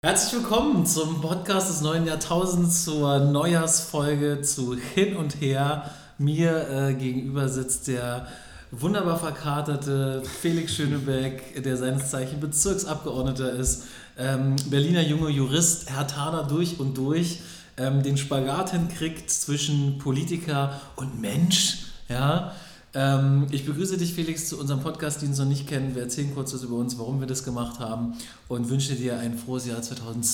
Herzlich willkommen zum Podcast des neuen Jahrtausends, zur Neujahrsfolge zu Hin und Her. Mir gegenüber sitzt der wunderbar verkaterte Felix Schönebeck, der seines Zeichens Bezirksabgeordneter ist, Berliner junger Jurist, Herr Thaler durch und durch, den Spagat hinkriegt zwischen Politiker und Mensch, ja. Ich begrüße dich, Felix, zu unserem Podcast, den Sie noch nicht kennen. Wir erzählen kurz was über uns, warum wir das gemacht haben und wünsche dir ein frohes Jahr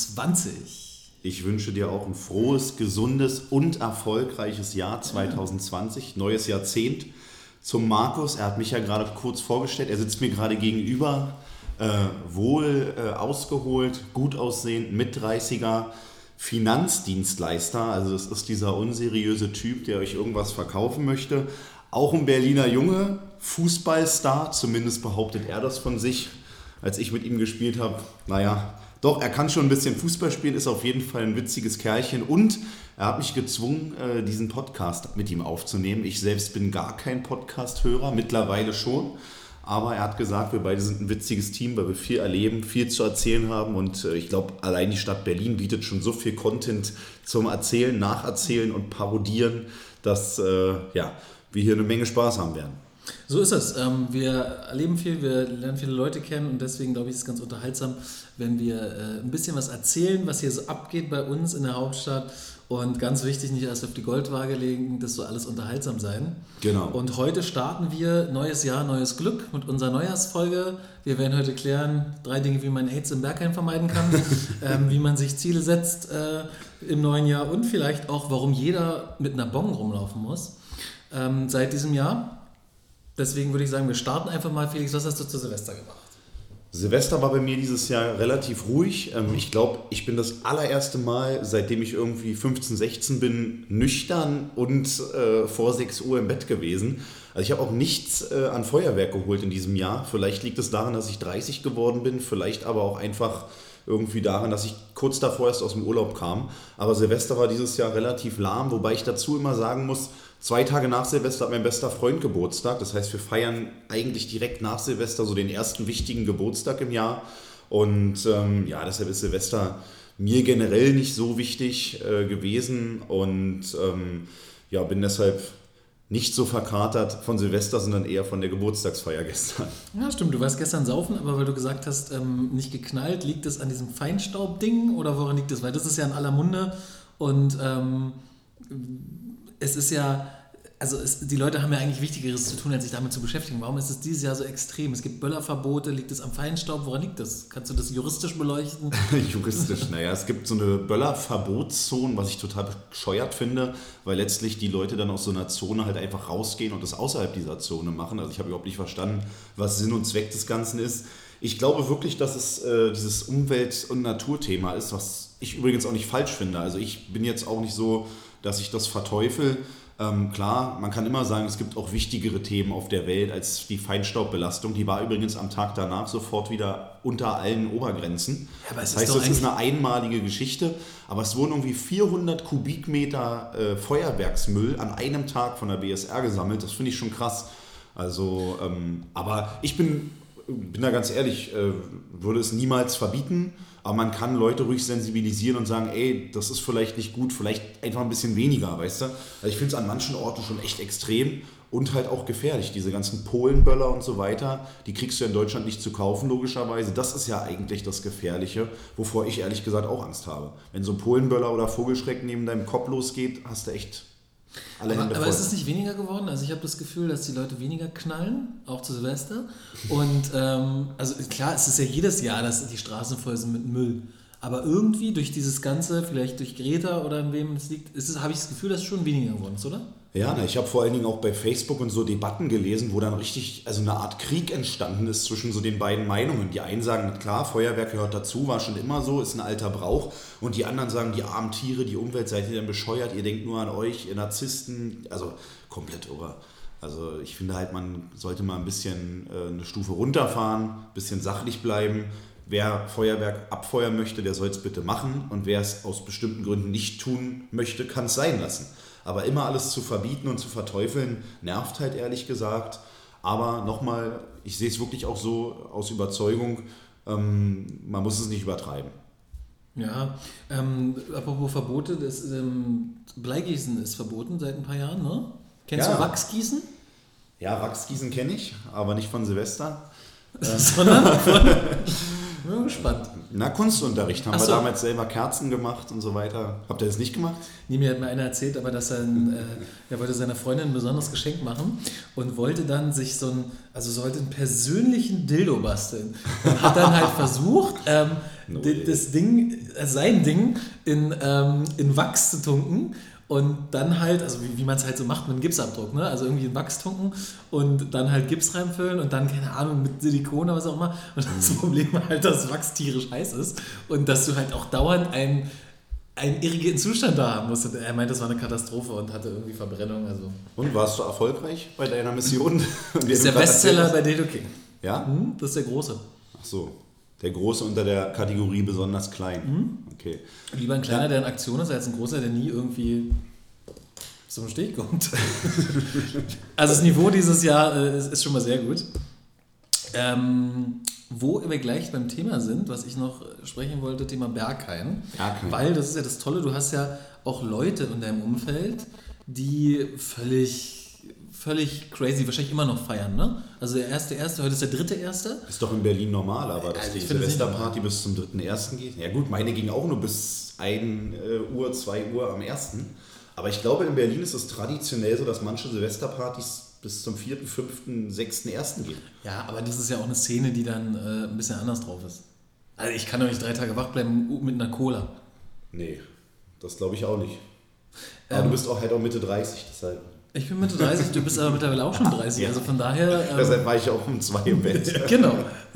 2020. Ich wünsche dir auch ein frohes, gesundes und erfolgreiches Jahr 2020, neues Jahrzehnt. Zum Markus, er hat mich ja gerade kurz vorgestellt, er sitzt mir gerade gegenüber, wohl ausgeholt, gut aussehend, Mit-30er, Finanzdienstleister. Also das ist dieser unseriöse Typ, der euch irgendwas verkaufen möchte. Auch ein Berliner Junge, Fußballstar, zumindest behauptet er das von sich, als ich mit ihm gespielt habe. Naja, doch, er kann schon ein bisschen Fußball spielen, ist auf jeden Fall ein witziges Kerlchen und er hat mich gezwungen, diesen Podcast mit ihm aufzunehmen. Ich selbst bin gar kein Podcast-Hörer, mittlerweile schon, aber er hat gesagt, wir beide sind ein witziges Team, weil wir viel erleben, viel zu erzählen haben und ich glaube, allein die Stadt Berlin bietet schon so viel Content zum Erzählen, Nacherzählen und Parodieren, dass, wir hier eine Menge Spaß haben werden. So ist es. Wir erleben viel, wir lernen viele Leute kennen und deswegen glaube ich, ist es ganz unterhaltsam, wenn wir ein bisschen was erzählen, was hier so abgeht bei uns in der Hauptstadt. Und ganz wichtig, nicht erst auf die Goldwaage legen, das soll alles unterhaltsam sein. Genau. Und heute starten wir neues Jahr, neues Glück mit unserer Neujahrsfolge. Wir werden heute klären, 3 Dinge, wie man AIDS im Berghain vermeiden kann, wie man sich Ziele setzt im neuen Jahr und vielleicht auch, warum jeder mit einer Bon rumlaufen muss seit diesem Jahr. Deswegen würde ich sagen, wir starten einfach mal. Felix, was hast du zu Silvester gemacht? Silvester war bei mir dieses Jahr relativ ruhig. Ich glaube, ich bin das allererste Mal, seitdem ich irgendwie 15, 16 bin, nüchtern und vor 6 Uhr im Bett gewesen. Also ich habe auch nichts an Feuerwerk geholt in diesem Jahr. Vielleicht liegt es daran, dass ich 30 geworden bin, vielleicht aber auch einfach irgendwie daran, dass ich kurz davor erst aus dem Urlaub kam. Aber Silvester war dieses Jahr relativ lahm, wobei ich dazu immer sagen muss, 2 Tage nach Silvester hat mein bester Freund Geburtstag. Das heißt, wir feiern eigentlich direkt nach Silvester so den ersten wichtigen Geburtstag im Jahr. Und deshalb ist Silvester mir generell nicht so wichtig gewesen. Und bin deshalb nicht so verkatert von Silvester, sondern eher von der Geburtstagsfeier gestern. Ja, stimmt. Du warst gestern saufen, aber weil du gesagt hast, nicht geknallt, liegt es an diesem Feinstaub-Ding oder woran liegt es? Weil das ist ja in aller Munde und es ist ja, die Leute haben ja eigentlich Wichtigeres zu tun, als sich damit zu beschäftigen. Warum ist es dieses Jahr so extrem? Es gibt Böllerverbote, liegt es am Feinstaub? Woran liegt das? Kannst du das juristisch beleuchten? Juristisch, naja, es gibt so eine Böllerverbotszone, was ich total bescheuert finde, weil letztlich die Leute dann aus so einer Zone halt einfach rausgehen und das außerhalb dieser Zone machen. Also ich habe überhaupt nicht verstanden, was Sinn und Zweck des Ganzen ist. Ich glaube wirklich, dass es dieses Umwelt- und Naturthema ist, was ich übrigens auch nicht falsch finde. Also ich bin jetzt auch nicht so, dass ich das verteufel. Klar, man kann immer sagen, es gibt auch wichtigere Themen auf der Welt als die Feinstaubbelastung. Die war übrigens am Tag danach sofort wieder unter allen Obergrenzen. Ja, aber das heißt, das ist eine einmalige Geschichte. Aber es wurden irgendwie 400 Kubikmeter Feuerwerksmüll an einem Tag von der BSR gesammelt. Das finde ich schon krass. Also, aber ich bin da ganz ehrlich, würde es niemals verbieten. Aber man kann Leute ruhig sensibilisieren und sagen, ey, das ist vielleicht nicht gut, vielleicht einfach ein bisschen weniger, weißt du? Also ich finde es an manchen Orten schon echt extrem und halt auch gefährlich. Diese ganzen Polenböller und so weiter, die kriegst du in Deutschland nicht zu kaufen, logischerweise. Das ist ja eigentlich das Gefährliche, wovor ich ehrlich gesagt auch Angst habe. Wenn so Polenböller oder Vogelschreck neben deinem Kopf losgeht, hast du echt alle Hände voll. Aber ist es nicht weniger geworden? Also ich habe das Gefühl, dass die Leute weniger knallen, auch zu Silvester. Und also klar, es ist ja jedes Jahr, dass die Straßen voll sind mit Müll. Aber irgendwie durch dieses Ganze, vielleicht durch Greta oder in wem es liegt, habe ich das Gefühl, dass es schon weniger geworden ist, oder? Ja, ich habe vor allen Dingen auch bei Facebook und so Debatten gelesen, wo dann richtig eine Art Krieg entstanden ist zwischen so den beiden Meinungen. Die einen sagen, klar, Feuerwerk gehört dazu, war schon immer so, ist ein alter Brauch. Und die anderen sagen, die armen Tiere, die Umwelt, seid ihr denn bescheuert, ihr denkt nur an euch, ihr Narzissten. Also komplett irre. Also ich finde halt, man sollte mal ein bisschen eine Stufe runterfahren, ein bisschen sachlich bleiben. Wer Feuerwerk abfeuern möchte, der soll es bitte machen. Und wer es aus bestimmten Gründen nicht tun möchte, kann es sein lassen. Aber immer alles zu verbieten und zu verteufeln, nervt halt ehrlich gesagt. Aber nochmal, ich sehe es wirklich auch so aus Überzeugung, man muss es nicht übertreiben. Ja, apropos Verbote, Bleigießen ist verboten seit ein paar Jahren, ne? Kennst du Wachsgießen? Ja, Wachsgießen kenne ich, aber nicht von Silvester. Sondern von... Ich bin gespannt. Na, Kunstunterricht haben wir damals selber Kerzen gemacht und so weiter. Habt ihr das nicht gemacht? Nee, mir hat mal einer erzählt, aber dass er wollte seiner Freundin ein besonderes Geschenk machen und wollte dann sich sollte einen persönlichen Dildo basteln. Und hat dann halt versucht, das Ding, sein Ding in Wachs zu tunken. Und dann halt, also wie man es halt so macht mit einem Gipsabdruck, ne? Also irgendwie in Wachs tunken und dann halt Gips reinfüllen und dann, keine Ahnung, mit Silikon oder was auch immer. Und das Problem halt, dass Wachs tierisch heiß ist und dass du halt auch dauernd einen irrigierten Zustand da haben musst. Und er meint, das war eine Katastrophe und hatte irgendwie Verbrennung. Also. Und warst du erfolgreich bei deiner Mission? Das ist der Bestseller bei Dildo King. Ja? Das ist der große. Ach so. Der Große unter der Kategorie besonders klein. Okay. Lieber ein kleiner, der in Aktion ist, als ein großer, der nie irgendwie zum Stich kommt. Also das Niveau dieses Jahr ist schon mal sehr gut. Wo wir gleich beim Thema sind, was ich noch sprechen wollte, Thema Berghain. Weil, das ist ja das Tolle, du hast ja auch Leute in deinem Umfeld, die völlig crazy, wahrscheinlich immer noch feiern, ne? Also der 1.1., heute ist der 3.1. Ist doch in Berlin normal, aber dass die Silvesterparty bis zum 3.1. geht. Ja gut, meine ging auch nur bis 1 Uhr, 2 Uhr am 1. Aber ich glaube, in Berlin ist es traditionell so, dass manche Silvesterpartys bis zum 4., 5., 6., 1. gehen. Ja, aber das ist ja auch eine Szene, die dann ein bisschen anders drauf ist. Also ich kann doch nicht 3 Tage wach bleiben mit einer Cola. Nee, das glaube ich auch nicht. Aber du bist auch halt auch Mitte 30, deshalb... Ich bin Mitte 30, du bist aber mittlerweile auch schon 30, also von daher... deshalb war ich auch um 2 im Bett. Genau.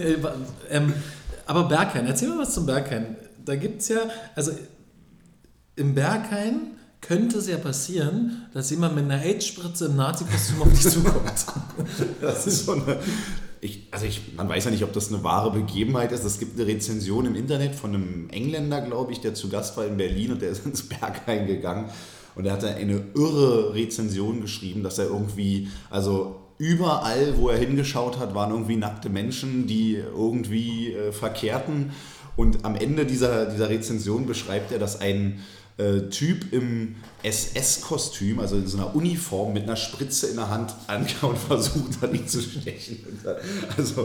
Aber Berghain, erzähl mal was zum Berghain. Da gibt es ja, also im Berghain könnte es ja passieren, dass jemand mit einer AIDS-Spritze im Nazi-Kostüm auf dich zukommt. Das ist so eine... man weiß ja nicht, ob das eine wahre Begebenheit ist. Es gibt eine Rezension im Internet von einem Engländer, glaube ich, der zu Gast war in Berlin und der ist ins Berghain gegangen. Und er hat da eine irre Rezension geschrieben, dass er irgendwie, also überall, wo er hingeschaut hat, waren irgendwie nackte Menschen, die irgendwie verkehrten. Und am Ende dieser Rezension beschreibt er, dass ein Typ im SS-Kostüm, also in so einer Uniform mit einer Spritze in der Hand ankam und versucht hat, ihn zu stechen. Also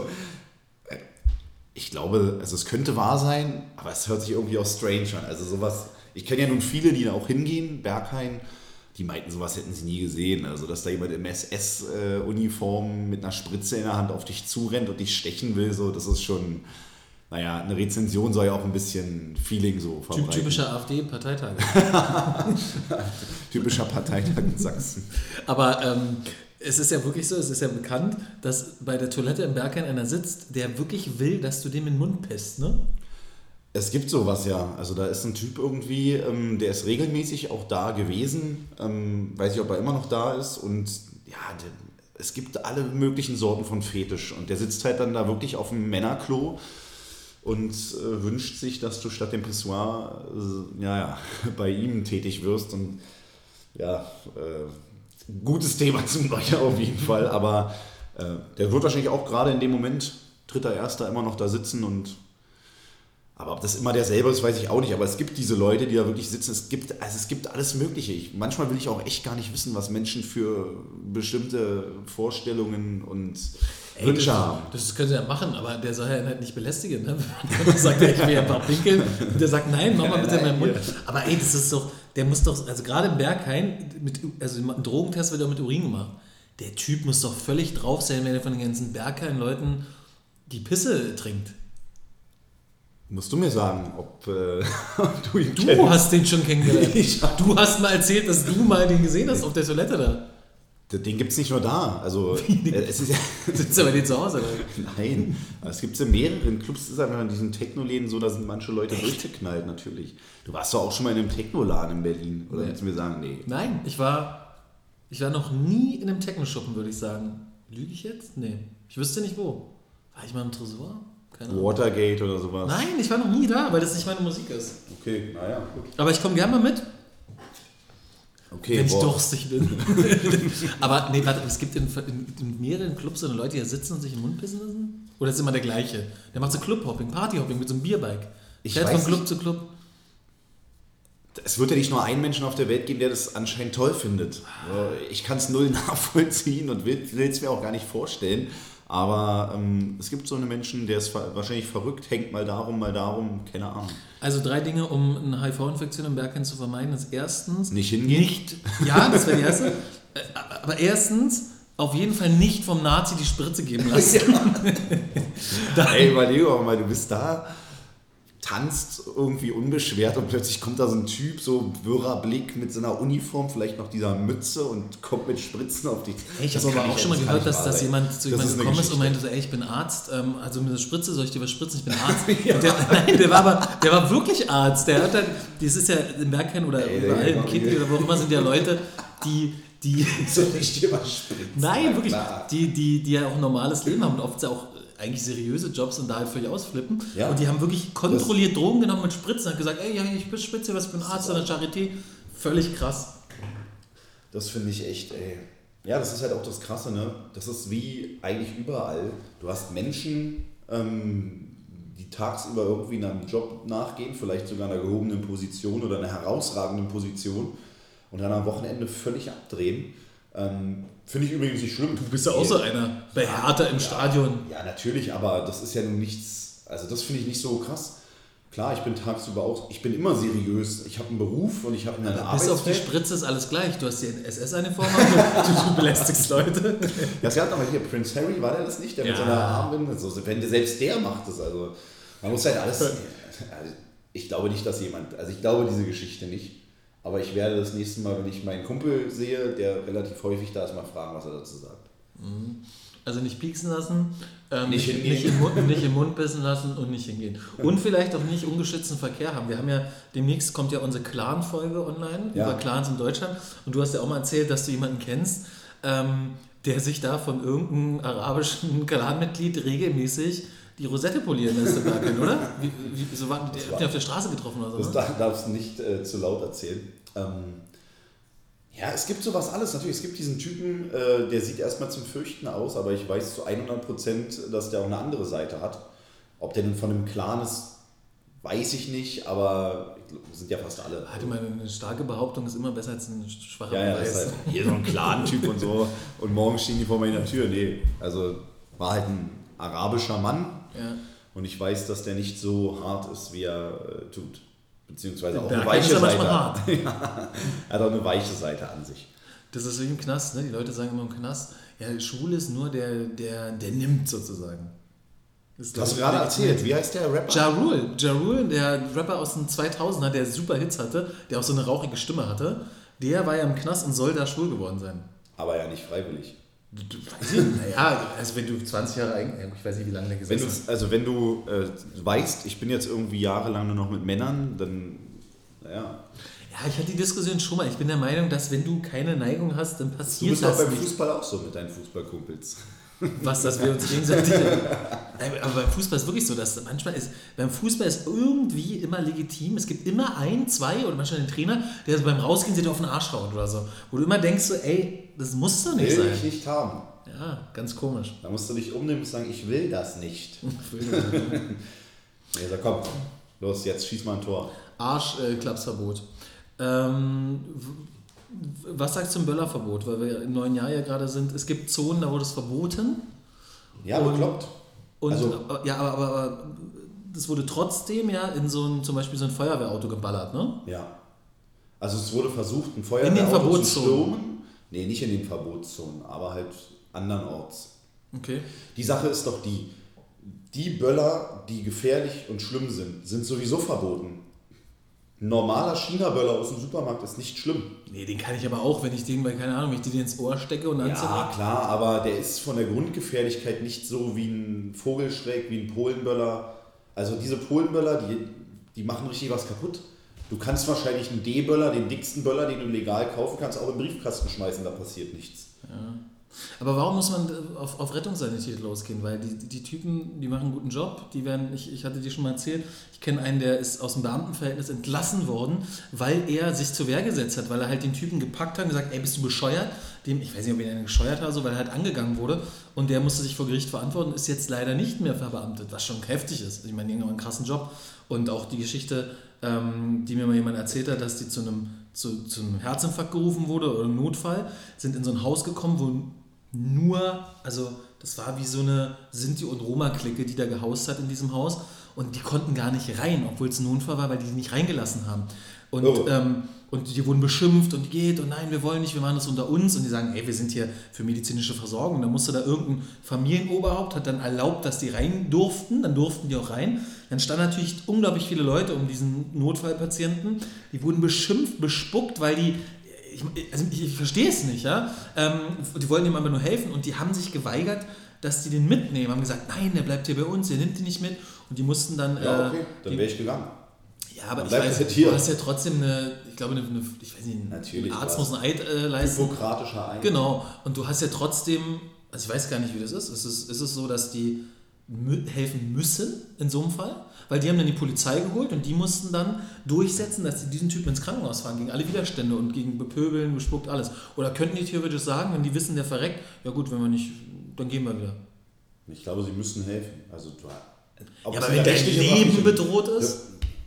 ich glaube, also es könnte wahr sein, aber es hört sich irgendwie auch strange an. Also sowas... Ich kenne ja nun viele, die da auch hingehen, Berghain, die meinten, sowas hätten sie nie gesehen. Also, dass da jemand im SS-Uniform mit einer Spritze in der Hand auf dich zurennt und dich stechen will, so, das ist schon, naja, eine Rezension soll ja auch ein bisschen Feeling so verbreiten. Typischer AfD-Parteitag. Typischer Parteitag in Sachsen. Aber es ist ja wirklich so, es ist ja bekannt, dass bei der Toilette im Berghain einer sitzt, der wirklich will, dass du dem in den Mund pisst, ne? Es gibt sowas, ja. Also da ist ein Typ irgendwie, der ist regelmäßig auch da gewesen. Weiß ich, ob er immer noch da ist. Und ja, es gibt alle möglichen Sorten von Fetisch. Und der sitzt halt dann da wirklich auf dem Männerklo und wünscht sich, dass du statt dem Pissoir bei ihm tätig wirst. Und ja, gutes Thema zum Beispiel auf jeden Fall. Aber der wird wahrscheinlich auch gerade in dem Moment, 3.1. immer noch da sitzen und... Aber ob das immer derselbe ist, weiß ich auch nicht. Aber es gibt diese Leute, die da wirklich sitzen. Es gibt alles Mögliche. Manchmal will ich auch echt gar nicht wissen, was Menschen für bestimmte Vorstellungen und Wünsche haben. Das können sie ja machen, aber der soll ja halt nicht belästigen. Ne? Der sagt, ich will ja ein paar pinkeln. Und der sagt, nein, mach mal bitte in meinen Mund. Aber das ist doch, der muss doch, also gerade im Berghain, ein Drogentest wird auch mit Urin gemacht. Der Typ muss doch völlig drauf sein, wenn er von den ganzen Berghain-Leuten die Pisse trinkt. Musst du mir sagen, ob du ihn kennst. Du hast den schon kennengelernt. Du hast mal erzählt, dass du mal den gesehen hast auf der Toilette da. Den gibt es nicht nur da. Also, sitzt er bei dir zu Hause? Oder? Nein, es gibt es in mehreren Clubs. Es ist einfach in diesen Techno-Läden so, da sind manche Leute durchgeknallt natürlich. Du warst doch auch schon mal in einem Techno-Laden in Berlin. Oder willst du mir sagen, nee? Nein, ich war noch nie in einem Techno-Shoppen, würde ich sagen. Lüge ich jetzt? Nee. Ich wüsste nicht wo. War ich mal im Tresor? Watergate oder sowas? Nein, ich war noch nie da, weil das nicht meine Musik ist. Okay, naja, gut. Aber ich komme gerne mal mit. Okay, wenn ich durstig bin. Aber nee, warte, es gibt in mehreren Clubs so Leute, die da sitzen und sich in den Mund pissen lassen? Oder ist immer der gleiche? Der macht so Clubhopping, Partyhopping mit so einem Bierbike. Fährt von Club zu Club. es wird ja nicht nur einen Menschen auf der Welt geben, der das anscheinend toll findet. Ich kann es null nachvollziehen und will es mir auch gar nicht vorstellen. Aber es gibt so eine Menschen, der ist wahrscheinlich verrückt, hängt mal darum, keine Ahnung. Also 3 Dinge, um eine HIV-Infektion im Berghain zu vermeiden. Das ist erstens... Nicht hingehen? Ja, das wäre die erste. Aber erstens, auf jeden Fall nicht vom Nazi die Spritze geben lassen. Ey, überleg mal, du bist da, tanzt irgendwie unbeschwert und plötzlich kommt da so ein Typ, so wirrer Blick mit so einer Uniform, vielleicht noch dieser Mütze und kommt mit Spritzen auf dich. Ich habe aber auch schon mal gehört, dass jemand zu jemandem gekommen ist und meinte so, ey, ich bin Arzt, also mit einer Spritze, soll ich dir was spritzen? Ich bin Arzt. Der war wirklich Arzt. Der hat dann, das ist ja im Berghain oder überall im Kitty oder wo auch immer sind ja Leute, die soll ich dir was spritzen? Nein, wirklich, die ja auch ein normales Leben haben und oft auch eigentlich seriöse Jobs und da halt völlig ausflippen. Ja. Und die haben wirklich kontrolliert Drogen genommen mit Spritzen und haben gesagt, ey, ja, ich bin Spritze, was bin Arzt an der Charité. Völlig krass. Das finde ich echt, ey. Ja, das ist halt auch das Krasse, ne? Das ist wie eigentlich überall. Du hast Menschen, die tagsüber irgendwie in einem Job nachgehen, vielleicht sogar einer gehobenen Position oder einer herausragenden Position und dann am Wochenende völlig abdrehen. Finde ich übrigens nicht schlimm. Du bist ja auch so einer bei Hertha im Stadion. Ja, natürlich, aber das ist ja nun nichts, also das finde ich nicht so krass. Klar, ich bin tagsüber auch, ich bin immer seriös. Ich habe einen Beruf und ich habe eine Arbeit. Bis auf die Spritze ist alles gleich. Du hast die SS-Uniform an, du belästigst Leute. Ja, sie hat aber hier, Prince Harry, war der das nicht? Der mit seiner Armbinde, also, selbst der macht das. Also man muss halt alles, ich glaube nicht, dass jemand, also ich glaube diese Geschichte nicht. Aber ich werde das nächste Mal, wenn ich meinen Kumpel sehe, der relativ häufig da ist, mal fragen, was er dazu sagt. Also nicht pieksen lassen, nicht im Mund bissen lassen und nicht hingehen. Und vielleicht auch nicht ungeschützten Verkehr haben. Wir haben ja, demnächst kommt ja unsere Clan-Folge online, über Clans in Deutschland. Und du hast ja auch mal erzählt, dass du jemanden kennst, der sich da von irgendeinem arabischen Clan-Mitglied regelmäßig die Rosette polieren lässt, oder? Wieso habt ihr auf der Straße getroffen oder so? Das darfst du nicht zu laut erzählen. Ja, es gibt sowas alles. Natürlich, es gibt diesen Typen, der sieht erstmal zum Fürchten aus, aber ich weiß zu 100%, dass der auch eine andere Seite hat. Ob der denn von einem Clan ist, weiß ich nicht, aber sind ja fast alle. Hatte mal eine starke Behauptung, ist immer besser als ein schwacher Beweis. Ja, ist halt hier so ein Clan-Typ und so. Und morgen stehen die vor meiner Tür. Nee, also war halt ein arabischer Mann. Ja. Und ich weiß, dass der nicht so hart ist, wie er tut. Beziehungsweise auch eine weiche Seite. Hart. Ja, er hat auch eine weiche Seite an sich. Das ist wie im Knast, ne? Die Leute sagen immer im Knast, ja, schwul ist nur der nimmt sozusagen. Das hast du gerade erzählt. Wie heißt der Rapper? Ja Rule, der Rapper aus den 2000er, der super Hits hatte, der auch so eine rauchige Stimme hatte, der war ja im Knast und soll da schwul geworden sein. Aber ja nicht freiwillig. Naja, also wenn du 20 Jahre ich weiß nicht, wie lange der gesessen hat. Also wenn du weißt, ich bin jetzt irgendwie jahrelang nur noch mit Männern, dann, naja. Ja, ich hatte die Diskussion schon mal. Ich bin der Meinung, dass wenn du keine Neigung hast, dann passiert das nicht. Du bist doch beim Fußball auch so mit deinen Fußballkumpels. Was, dass wir uns gegenseitig... Aber beim Fußball ist wirklich so, dass manchmal beim Fußball ist irgendwie immer legitim. Es gibt immer 1, 2 oder manchmal den Trainer, der beim Rausgehen sich auf den Arsch haut oder so. Wo du immer denkst so, ey, das muss doch nicht sein. Will ich nicht haben. Ja, ganz komisch. Da musst du dich umnehmen und sagen, ich will das nicht. Nee, sag, komm, los, jetzt schieß mal ein Tor. Arschklapsverbot. Was sagst du zum Böllerverbot? Weil wir im neuen Jahr ja gerade sind. Es gibt Zonen, da wurde es verboten. Ja, bekloppt. Aber das wurde trotzdem ja in zum Beispiel so ein Feuerwehrauto geballert, ne? Ja. Also es wurde versucht, ein Feuerwehrauto zu stürmen. Nee, nicht in den Verbotszonen, aber halt andernorts. Okay. Die Sache ist doch die Böller, die gefährlich und schlimm sind sowieso verboten. Ein normaler China-Böller aus dem Supermarkt ist nicht schlimm. Nee, den kann ich aber auch, wenn ich den ins Ohr stecke und dann... Ja, klar, aber der ist von der Grundgefährlichkeit nicht so wie ein Vogelschreck, wie ein Polenböller. Also diese Polenböller, die machen richtig was kaputt. Du kannst wahrscheinlich einen D-Böller, den dicksten Böller, den du legal kaufen kannst, auch im Briefkasten schmeißen, da passiert nichts. Ja. Aber warum muss man auf Rettungssanität losgehen? Weil die Typen, die machen einen guten Job. Die werden, ich hatte dir schon mal erzählt, ich kenne einen, der ist aus dem Beamtenverhältnis entlassen worden, weil er sich zur Wehr gesetzt hat, weil er halt den Typen gepackt hat und gesagt, ey, bist du bescheuert? Ich weiß nicht, ob er ihn gescheuert hat, weil er halt angegangen wurde und der musste sich vor Gericht verantworten, ist jetzt leider nicht mehr verbeamtet, was schon heftig ist. Ich meine, die haben einen krassen Job. Und auch die Geschichte, die mir mal jemand erzählt hat, dass die zu einem Herzinfarkt gerufen wurde oder einem Notfall, sind in so ein Haus gekommen, wo nur, also das war wie so eine Sinti- und Roma-Clique, die da gehaust hat in diesem Haus und die konnten gar nicht rein, obwohl es ein Notfall war, weil die nicht reingelassen haben. Und die wurden beschimpft und geht und nein, wir wollen nicht, wir machen das unter uns und die sagen, ey, wir sind hier für medizinische Versorgung. Da musste da irgendein Familienoberhaupt, hat dann erlaubt, dass die rein durften, dann durften die auch rein. Dann standen natürlich unglaublich viele Leute um diesen Notfallpatienten, die wurden beschimpft, bespuckt, weil die, ich verstehe es nicht, ja. Die wollten ihm aber nur helfen und die haben sich geweigert, dass die den mitnehmen, haben gesagt, nein, der bleibt hier bei uns, der nimmt ihn nicht mit und die mussten dann... Ja, okay, dann wäre ich gegangen. Ja, aber ich weiß, du hast ja trotzdem ich weiß nicht, natürlich, ein Arzt muss einen Eid leisten. Hippokratischer Eid. Genau, und du hast ja trotzdem, also ich weiß gar nicht, wie das ist. Ist es so, dass die helfen müssen in so einem Fall? Weil die haben dann die Polizei geholt und die mussten dann durchsetzen, dass sie diesen Typen ins Krankenhaus fahren, gegen alle Widerstände und gegen Bepöbeln, bespuckt, alles. Oder könnten die theoretisch sagen, wenn die wissen, der verreckt, ja gut, wenn wir nicht, dann gehen wir wieder. Ich glaube, sie müssen helfen. Also, aber wenn dein Leben bedroht ist...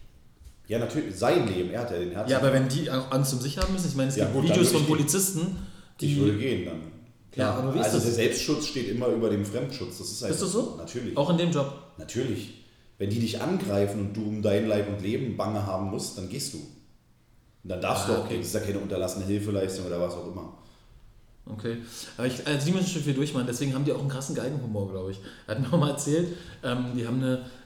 Ja, natürlich, sein Leben, er hat ja den Herzen. Ja, aber wenn die auch Angst um sich haben müssen, ich meine, es gibt Videos von Polizisten, die... Ich würde gehen dann. Klar, ja, aber wie ist also das? Der Selbstschutz steht immer über dem Fremdschutz. Das ist das so? Natürlich. Auch in dem Job? Natürlich. Wenn die dich angreifen und du um dein Leib und Leben Bange haben musst, dann gehst du. Und dann darfst du auch gehen. Das ist ja keine unterlassene Hilfeleistung oder was auch immer. Okay, aber die müssen schon viel durchmachen, deswegen haben die auch einen krassen Geigenhumor, glaube ich. Er hat mir auch mal erzählt, die haben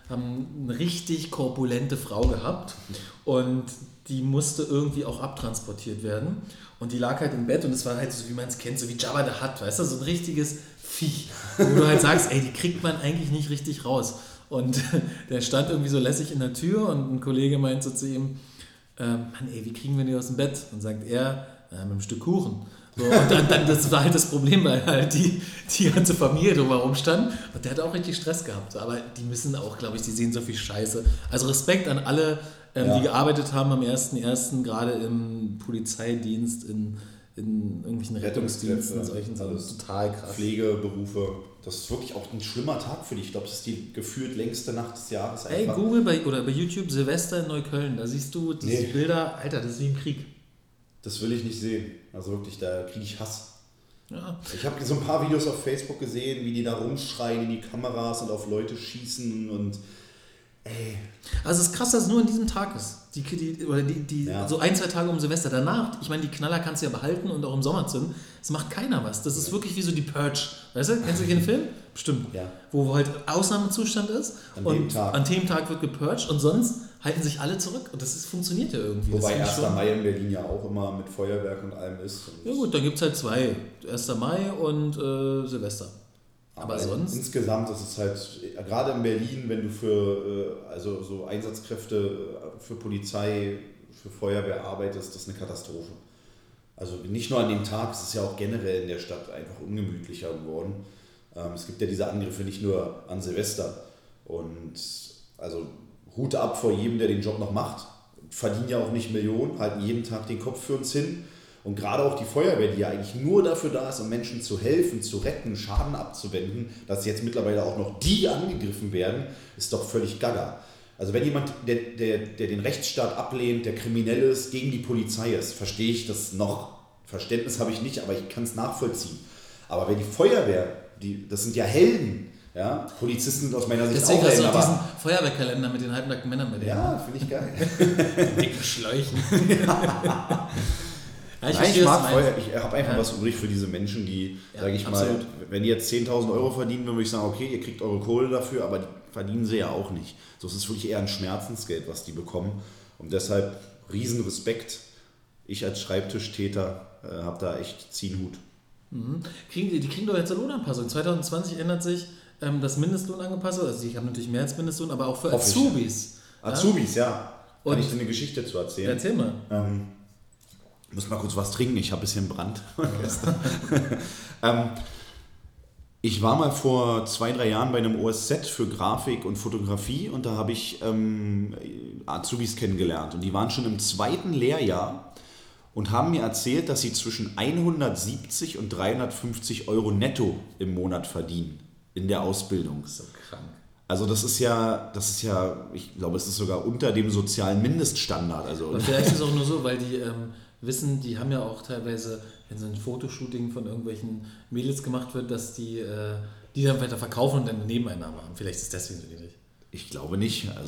eine richtig korpulente Frau gehabt und die musste irgendwie auch abtransportiert werden und die lag halt im Bett und es war halt so, wie man es kennt, so wie Jabba the Hutt, weißt du, so ein richtiges Viech, wo du halt sagst, ey, die kriegt man eigentlich nicht richtig raus. Und der stand irgendwie so lässig in der Tür und ein Kollege meint so zu ihm, Mann ey, wie kriegen wir die aus dem Bett? Und sagt er, mit einem Stück Kuchen. So, und dann, das war halt das Problem, weil halt die ganze Familie drumherum stand und der hat auch richtig Stress gehabt. Aber die müssen auch, glaube ich, die sehen so viel Scheiße. Also Respekt an alle, die gearbeitet haben am 1.1., gerade im Polizeidienst, in irgendwelchen Rettungsdiensten, solchen Sachen. Total krass. Pflegeberufe, das ist wirklich auch ein schlimmer Tag für dich. Ich glaube, das ist die gefühlt längste Nacht des Jahres. Ey, Google bei YouTube Silvester in Neukölln, da siehst du diese Bilder, Alter, das ist wie im Krieg. Das will ich nicht sehen. Also wirklich, da kriege ich Hass. Ja. Ich habe so ein paar Videos auf Facebook gesehen, wie die da rumschreien in die Kameras und auf Leute schießen und ey. Also es ist krass, dass es nur an diesem Tag ist. So 1-2 Tage um Silvester. Danach, ich meine, die Knaller kannst du ja behalten und auch im Sommer zünden. Es macht keiner was. Das ist wirklich wie so die Purge. Weißt du, kennst du den Film? Bestimmt. Ja. Wo halt Ausnahmezustand ist. An dem Tag wird gepurged und sonst halten sich alle zurück. Und das funktioniert ja irgendwie. Wobei 1. Mai in Berlin ja auch immer mit Feuerwerk und allem ist. Ja gut, da gibt es halt 2. 1. Mai und Silvester. Aber sonst? Insgesamt ist es halt, gerade in Berlin, wenn du für so Einsatzkräfte für Polizei, für Feuerwehr arbeitest, das ist eine Katastrophe. Also nicht nur an dem Tag, es ist ja auch generell in der Stadt einfach ungemütlicher geworden. Es gibt ja diese Angriffe nicht nur an Silvester. Und also Hut ab vor jedem, der den Job noch macht. Verdienen ja auch nicht Millionen, halten jeden Tag den Kopf für uns hin. Und gerade auch die Feuerwehr, die ja eigentlich nur dafür da ist, um Menschen zu helfen, zu retten, Schaden abzuwenden, dass jetzt mittlerweile auch noch die angegriffen werden, ist doch völlig gaga. Also wenn jemand, der den Rechtsstaat ablehnt, der kriminell ist, gegen die Polizei ist, verstehe ich das noch. Verständnis habe ich nicht, aber ich kann es nachvollziehen. Aber wenn die Feuerwehr, das sind ja Helden, ja, Polizisten sind aus meiner Sicht deswegen auch Helden. Deswegen hast du auch diesen Feuerwehrkalender mit den halbnackten Männern bei denen. Ja, finde ich geil. Dicken Schläuchen. Ja, ich habe einfach was übrig für diese Menschen, die, sage ich absolut. Mal, wenn die jetzt 10.000 Euro verdienen, dann würde ich sagen, okay, ihr kriegt eure Kohle dafür, aber die verdienen sie ja auch nicht. So, es ist wirklich eher ein Schmerzensgeld, was die bekommen. Und deshalb riesen Respekt. Ich als Schreibtischtäter habe da echt Ziehenhut. Mhm. Die kriegen doch jetzt eine Lohnanpassung. 2020 ändert sich das Mindestlohn angepasst. Also die haben natürlich mehr als Mindestlohn, aber auch für Azubis. Azubis, ja. Kann ich dir eine Geschichte zu erzählen? Erzähl mal. Ich muss mal kurz was trinken, ich habe ein bisschen Brand. Ich war mal vor 2-3 Jahren bei einem OSZ für Grafik und Fotografie und da habe ich Azubis kennengelernt und die waren schon im 2. Lehrjahr und haben mir erzählt, dass sie zwischen 170 und 350 Euro netto im Monat verdienen in der Ausbildung. So krank. Also das ist ja, ich glaube, es ist sogar unter dem sozialen Mindeststandard. Also Aber vielleicht ist es auch nur so, weil die wissen, die haben ja auch teilweise, wenn so ein Fotoshooting von irgendwelchen Mädels gemacht wird, dass die dann weiter verkaufen und dann eine Nebeneinnahme haben. Vielleicht ist es deswegen so niedrig. ich glaube nicht. Also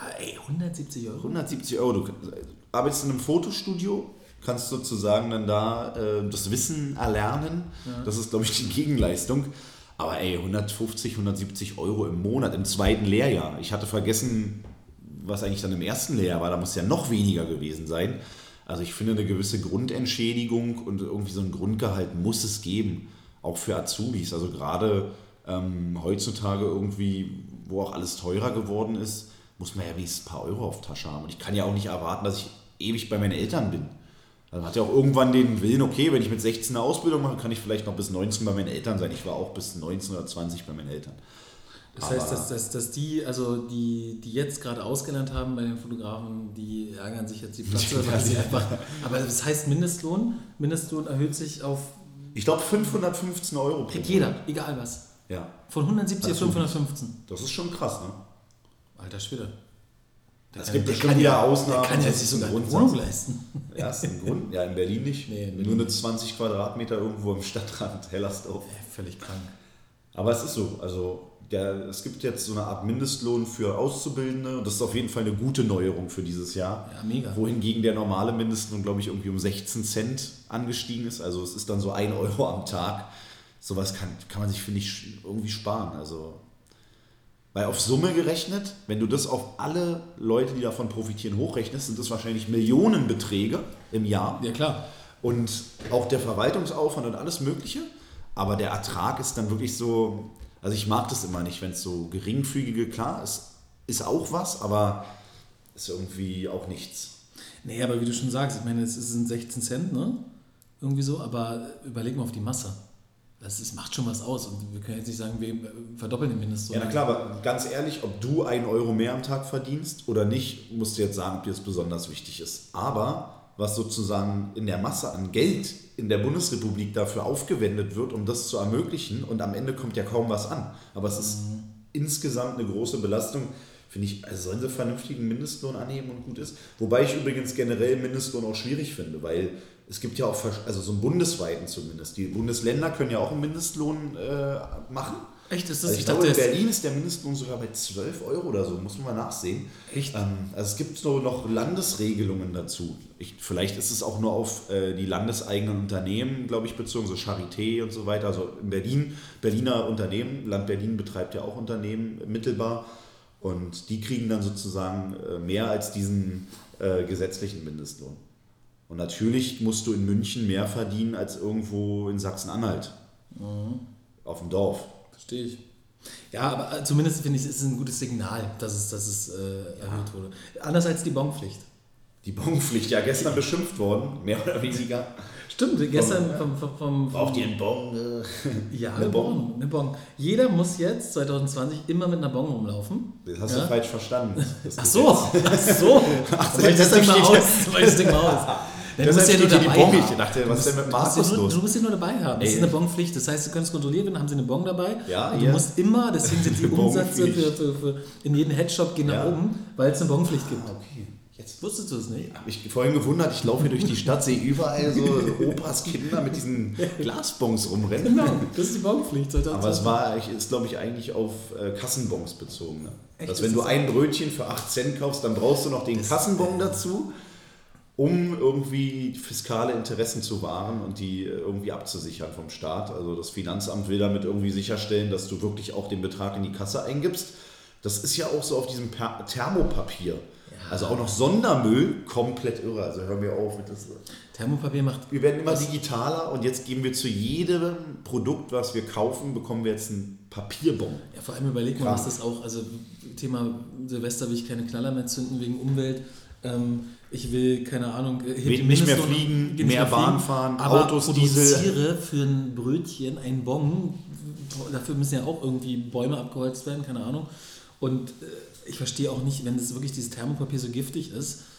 170 Euro? 170 Euro. Du arbeitest in einem Fotostudio, kannst sozusagen dann da das Wissen erlernen. Ja. Das ist, glaube ich, die Gegenleistung. Aber 150, 170 Euro im Monat im zweiten Lehrjahr. Ich hatte vergessen, was eigentlich dann im ersten Lehrjahr war. Da muss ja noch weniger gewesen sein. Also ich finde, eine gewisse Grundentschädigung und irgendwie so ein Grundgehalt muss es geben. Auch für Azubis. Also gerade heutzutage irgendwie, wo auch alles teurer geworden ist, muss man ja wenigstens ein paar Euro auf Tasche haben. Und ich kann ja auch nicht erwarten, dass ich ewig bei meinen Eltern bin. Man hat ja auch irgendwann den Willen, okay, wenn ich mit 16 eine Ausbildung mache, kann ich vielleicht noch bis 19 bei meinen Eltern sein. Ich war auch bis 19 oder 20 bei meinen Eltern. Das heißt, dass die, also die jetzt gerade ausgelernt haben bei den Fotografen, die ärgern sich jetzt die Platze, weil sie einfach. Aber das heißt Mindestlohn erhöht sich auf. Ich glaube 515 Euro pro Monat. Jeder, egal was. Ja. Von 170 auf 515. Das ist schon krass, ne? Alter Schwede. Es gibt bestimmt wieder Ausnahmen. Der kann ja sich sogar eine Wohnung leisten. Ja, ist ein Grund. Ja, in Berlin nicht. Nee, in Berlin nur eine 20 Quadratmeter irgendwo am Stadtrand, Hellersdorf. Völlig krank. Aber es ist so. Also es gibt jetzt so eine Art Mindestlohn für Auszubildende. Und das ist auf jeden Fall eine gute Neuerung für dieses Jahr. Ja, mega. Wohingegen der normale Mindestlohn, glaube ich, irgendwie um 16 Cent angestiegen ist. Also es ist dann so 1 Euro am Tag. Sowas kann man sich, finde ich, irgendwie sparen. Also, weil auf Summe gerechnet, wenn du das auf alle Leute, die davon profitieren, hochrechnest, sind das wahrscheinlich Millionenbeträge im Jahr. Ja, klar. Und auch der Verwaltungsaufwand und alles Mögliche. Aber der Ertrag ist dann wirklich so, also ich mag das immer nicht, wenn es so geringfügige, klar, es ist auch was, aber ist irgendwie auch nichts. Nee, aber wie du schon sagst, ich meine, es sind 16 Cent, ne? Irgendwie so, aber überleg mal auf die Masse. Das macht schon was aus und wir können jetzt nicht sagen, wir verdoppeln den Mindestlohn. Ja, na klar, aber ganz ehrlich, ob du 1 Euro mehr am Tag verdienst oder nicht, musst du jetzt sagen, ob dir das besonders wichtig ist. Aber was sozusagen in der Masse an Geld in der Bundesrepublik dafür aufgewendet wird, um das zu ermöglichen, und am Ende kommt ja kaum was an. Aber es ist insgesamt eine große Belastung, finde ich. Also sollen sie vernünftigen Mindestlohn anheben und gut ist. Wobei ich übrigens generell Mindestlohn auch schwierig finde, weil es gibt ja auch, also so einen bundesweiten zumindest. Die Bundesländer können ja auch einen Mindestlohn machen. Echt? Ist das? Also ich glaube, in Berlin ist der Mindestlohn sogar bei 12 Euro oder so, muss man mal nachsehen. Echt? Also es gibt so noch Landesregelungen dazu. Vielleicht ist es auch nur auf die landeseigenen Unternehmen, glaube ich, bezogen, so Charité und so weiter. Also in Berlin, Berliner Unternehmen, Land Berlin betreibt ja auch Unternehmen mittelbar und die kriegen dann sozusagen mehr als diesen gesetzlichen Mindestlohn. Und natürlich musst du in München mehr verdienen als irgendwo in Sachsen-Anhalt. Auf dem Dorf. Verstehe ich. Ja, aber zumindest finde ich, ist es ein gutes Signal, dass es erhöht wurde. Anders als die Bonpflicht. Die Bonpflicht, ja, gestern beschimpft worden, mehr oder weniger. Stimmt, gestern vom Braucht ihr einen Bon? Ja, eine Bon. Jeder muss jetzt 2020 immer mit einer Bon rumlaufen. Das hast du falsch verstanden. Ach so. Das Ding mal aus. Du musst ja nur dabei haben. Ich dachte, was ist denn mit Markus los? Du musst ihn nur dabei haben. Das ist eine Bonpflicht. Das heißt, du kannst kontrollieren, dann haben sie eine Bon dabei. Ja, und du musst immer, deswegen sind die Umsätze für in jedem Headshop gehen nach oben, weil es eine Bonpflicht gibt. Okay. Jetzt wusstest du es nicht? Ich habe mich vorhin gewundert, ich laufe hier durch die Stadt, sehe überall so Opas Kinder mit diesen Glasbons rumrennen. Genau, das ist die Bonpflicht. Aber es ist, glaube ich, eigentlich auf Kassenbons bezogen. Ne? Dass wenn du ein Brötchen für 8 Cent kaufst, dann brauchst du noch den Kassenbon dazu, um irgendwie fiskale Interessen zu wahren und die irgendwie abzusichern vom Staat. Also das Finanzamt will damit irgendwie sicherstellen, dass du wirklich auch den Betrag in die Kasse eingibst. Das ist ja auch so auf diesem Thermopapier. Also auch noch Sondermüll, komplett irre. Also hören wir auf mit das. Thermopapier macht. Wir werden immer digitaler und jetzt geben wir zu jedem Produkt, was wir kaufen, bekommen wir jetzt einen Papierbon. Ja, vor allem überlegt man, was das auch, also Thema Silvester will ich keine Knaller mehr zünden wegen Umwelt. Ich will, keine Ahnung, nicht mehr fliegen, mehr Bahn fahren, aber Autos, Diesel. Produziere für ein Brötchen ein Bon, dafür müssen ja auch irgendwie Bäume abgeholzt werden, keine Ahnung. Und ich verstehe auch nicht, wenn das wirklich dieses Thermopapier so giftig ist,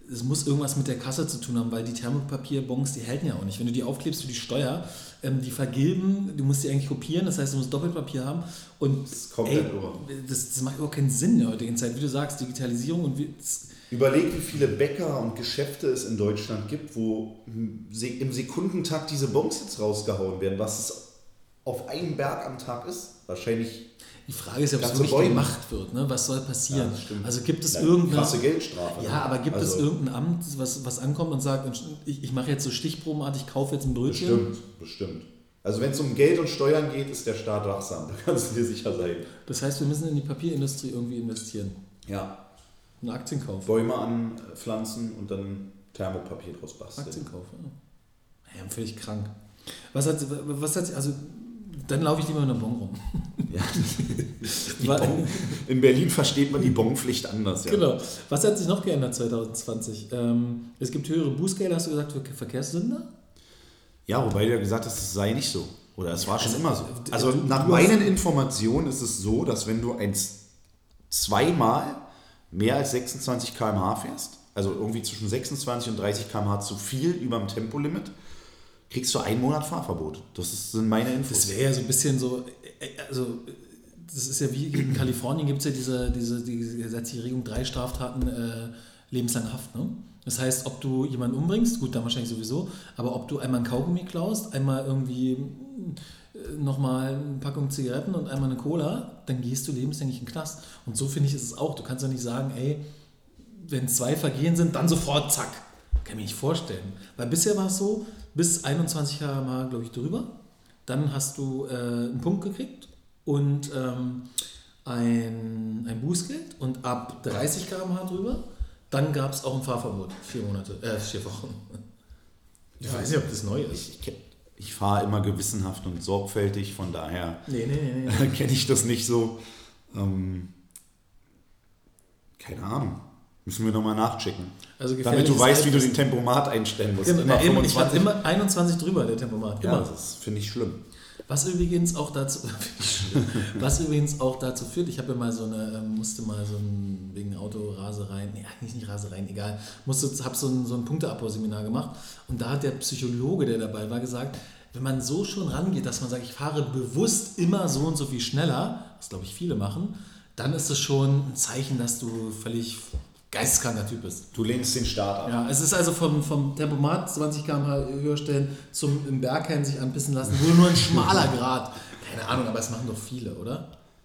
es muss irgendwas mit der Kasse zu tun haben, weil die Thermopapierbons, die halten ja auch nicht. Wenn du die aufklebst für die Steuer, die vergilben, du musst die eigentlich kopieren, das heißt, du musst Doppelpapier haben. Und das kommt halt das macht überhaupt keinen Sinn in der heutigen Zeit. Wie du sagst, Digitalisierung und Überleg, wie viele Bäcker und Geschäfte es in Deutschland gibt, wo im Sekundentakt diese Bons jetzt rausgehauen werden. Was es auf einem Berg am Tag ist, wahrscheinlich. Die Frage ist ja, ob es wirklich gemacht wird. Ne? Was soll passieren? Ja, also gibt es irgendeine krasse Geldstrafe. Ja, aber gibt es irgendein Amt, was ankommt und sagt, ich mache jetzt so stichprobenartig, ich kaufe jetzt ein Brötchen? Bestimmt. Also wenn es um Geld und Steuern geht, ist der Staat wachsam. Da kannst du dir sicher sein. Das heißt, wir müssen in die Papierindustrie irgendwie investieren. Ja. Einen Aktienkauf. Bäume anpflanzen und dann Thermopapier draus basteln. Aktienkauf, ja. Ja, völlig krank. Also dann laufe ich lieber mit einer Bon rum. Ja. In Berlin versteht man die Bonpflicht anders. Ja. Genau. Was hat sich noch geändert 2020? Es gibt höhere Bußgelder, hast du gesagt, für Verkehrssünder? Ja, wobei du ja gesagt hast, es sei nicht so. Oder es war schon immer so. Also nach meinen Informationen ist es so, dass wenn du zweimal mehr als 26 km/h fährst, also irgendwie zwischen 26 und 30 km/h zu viel über dem Tempolimit, kriegst du 1 Monat Fahrverbot. Das sind meine Infos. Das wäre ja so ein bisschen so, also das ist ja wie in Kalifornien gibt es ja diese gesetzliche Regelung, 3 Straftaten lebenslang Haft. Ne? Das heißt, ob du jemanden umbringst, gut, dann wahrscheinlich sowieso, aber ob du einmal ein Kaugummi klaust, einmal irgendwie nochmal eine Packung Zigaretten und einmal eine Cola, dann gehst du lebenslänglich in den Knast. Und so finde ich ist es auch. Du kannst doch nicht sagen, ey, wenn 2 Vergehen sind, dann sofort zack. Kann ich mir nicht vorstellen. Weil bisher war es so, bis 21 km/h, glaube ich, drüber, dann hast du einen Punkt gekriegt und ein Bußgeld und ab 30 km/h drüber, dann gab es auch ein Fahrverbot. 4 Wochen. Ich weiß nicht, ob das neu ist. Ich fahre immer gewissenhaft und sorgfältig, von daher Nee. kenne ich das nicht so. Keine Ahnung. Müssen wir nochmal nachchecken. Also damit du weißt, wie du den Tempomat einstellen musst. Genau, ich war immer 21 drüber, der Tempomat. Immer. Ja, das finde ich schlimm. Was übrigens auch dazu führt, ich habe ja mal musste mal wegen Autorasereien, nee, eigentlich nicht Rasereien, egal, habe so ein Punkteabbau-Seminar gemacht und da hat der Psychologe, der dabei war, gesagt, wenn man so schon rangeht, dass man sagt, ich fahre bewusst immer so und so viel schneller, was glaube ich viele machen, dann ist es schon ein Zeichen, dass du völlig geisteskranker Typ bist. Du lehnst den Staat ab. Ja, es ist also vom Tempomat 20 km/h höher stellen zum im Berghain sich anpissen lassen, wohl nur ein schmaler Grad. Keine Ahnung, aber es machen doch viele, oder?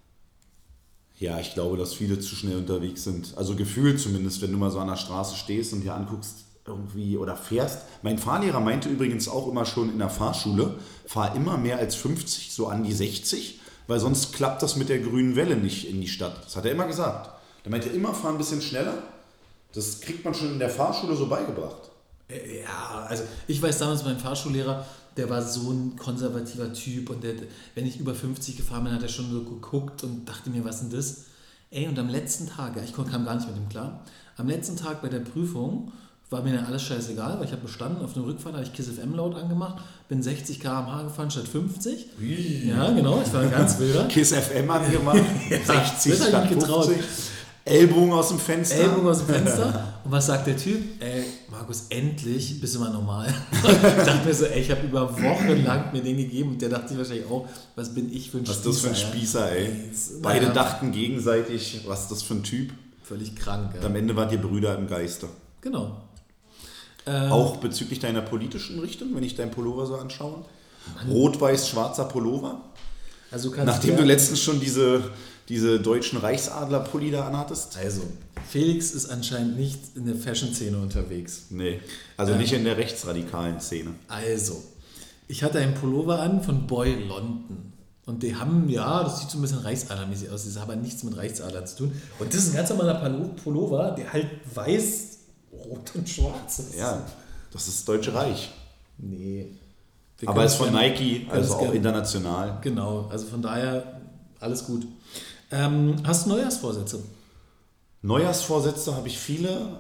Ja, ich glaube, dass viele zu schnell unterwegs sind. Also gefühlt zumindest, wenn du mal so an der Straße stehst und dir anguckst irgendwie oder fährst. Mein Fahrlehrer meinte übrigens auch immer schon in der Fahrschule, fahr immer mehr als 50, so an die 60, weil sonst klappt das mit der grünen Welle nicht in die Stadt. Das hat er immer gesagt. Der meinte immer, fahr ein bisschen schneller. Das kriegt man schon in der Fahrschule so beigebracht. Ja, also ich weiß damals, mein Fahrschullehrer, der war so ein konservativer Typ und wenn ich über 50 gefahren bin, hat er schon so geguckt und dachte mir, was denn das? Ey, und am letzten Tag, ich kam gar nicht mit ihm klar, am letzten Tag bei der Prüfung war mir dann alles scheißegal, weil ich habe bestanden, auf dem Rückfahrt habe ich Kiss FM laut angemacht, bin 60 km/h gefahren statt 50. Wie? Ja, genau, ich war ein ganz wilder. Kiss FM angemacht, 60 statt 50. Ellbogen aus dem Fenster. Und was sagt der Typ? Ey, Markus, endlich bist du mal normal. Ich dachte mir so, ich habe über Wochen lang mir den gegeben und der dachte sich wahrscheinlich auch, was bin ich für ein Spießer. Was ist das für ein Spießer, ey? Beide dachten gegenseitig, was ist das für ein Typ? Völlig krank, ja. Und am Ende wart ihr Brüder im Geiste. Genau. Auch bezüglich deiner politischen Richtung, wenn ich deinen Pullover so anschaue? Rot-weiß-schwarzer Pullover? Also nachdem du letztens schon diese deutschen Reichsadler-Pulli da anhattest? Also, Felix ist anscheinend nicht in der Fashion-Szene unterwegs. Nee, also nicht in der rechtsradikalen Szene. Also, ich hatte einen Pullover an von Boy London. Und die haben, ja, das sieht so ein bisschen reichsadlermäßig aus, das hat aber nichts mit Reichsadler zu tun. Und das ist ein ganz normaler Pullover, der halt weiß, rot und schwarz ist. Ja, das ist das Deutsche Reich. Nee. Aber es ist von Nike, also auch international. Genau, also von daher alles gut. Hast du Neujahrsvorsätze? Neujahrsvorsätze habe ich viele,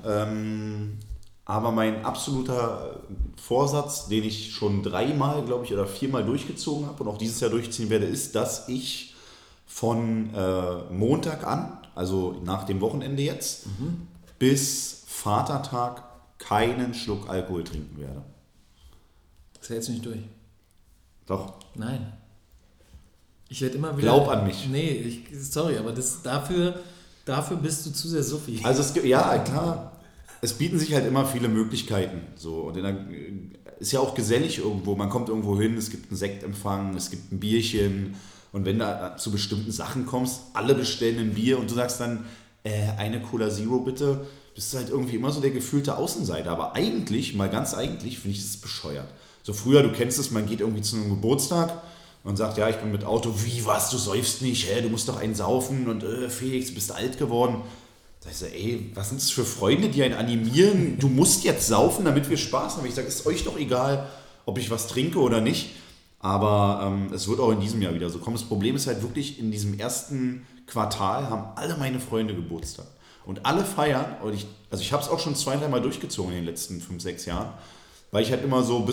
aber mein absoluter Vorsatz, den ich schon 3-mal, glaube ich, oder 4-mal durchgezogen habe und auch dieses Jahr durchziehen werde, ist, dass ich von Montag an, also nach dem Wochenende jetzt, bis Vatertag keinen Schluck Alkohol trinken werde. Das hältst du nicht durch. Doch. Nein. Ich werde immer wieder... Glaub an mich. Nee, sorry, aber dafür bist du zu sehr Suffi. Also ja, klar. Es bieten sich halt immer viele Möglichkeiten. So. Und ist ja auch gesellig irgendwo. Man kommt irgendwo hin, es gibt einen Sektempfang, es gibt ein Bierchen. Und wenn du zu bestimmten Sachen kommst, alle bestellen ein Bier und du sagst dann, eine Cola Zero bitte, bist du halt irgendwie immer so der gefühlte Außenseiter. Aber eigentlich, mal ganz eigentlich, finde ich das bescheuert. So früher, du kennst es, man geht irgendwie zu einem Geburtstag und sagt, ja, ich bin mit Auto, wie, was, du säufst nicht, du musst doch einen saufen und Felix, du bist alt geworden. Da ich so, was sind das für Freunde, die einen animieren? Du musst jetzt saufen, damit wir Spaß haben. Ich sage, ist euch doch egal, ob ich was trinke oder nicht. Aber es wird auch in diesem Jahr wieder so kommen. Das Problem ist halt wirklich, in diesem ersten Quartal haben alle meine Freunde Geburtstag. Und alle feiern, und ich habe es auch schon 2-3 Mal durchgezogen in den letzten 5-6 Jahren, weil ich halt immer so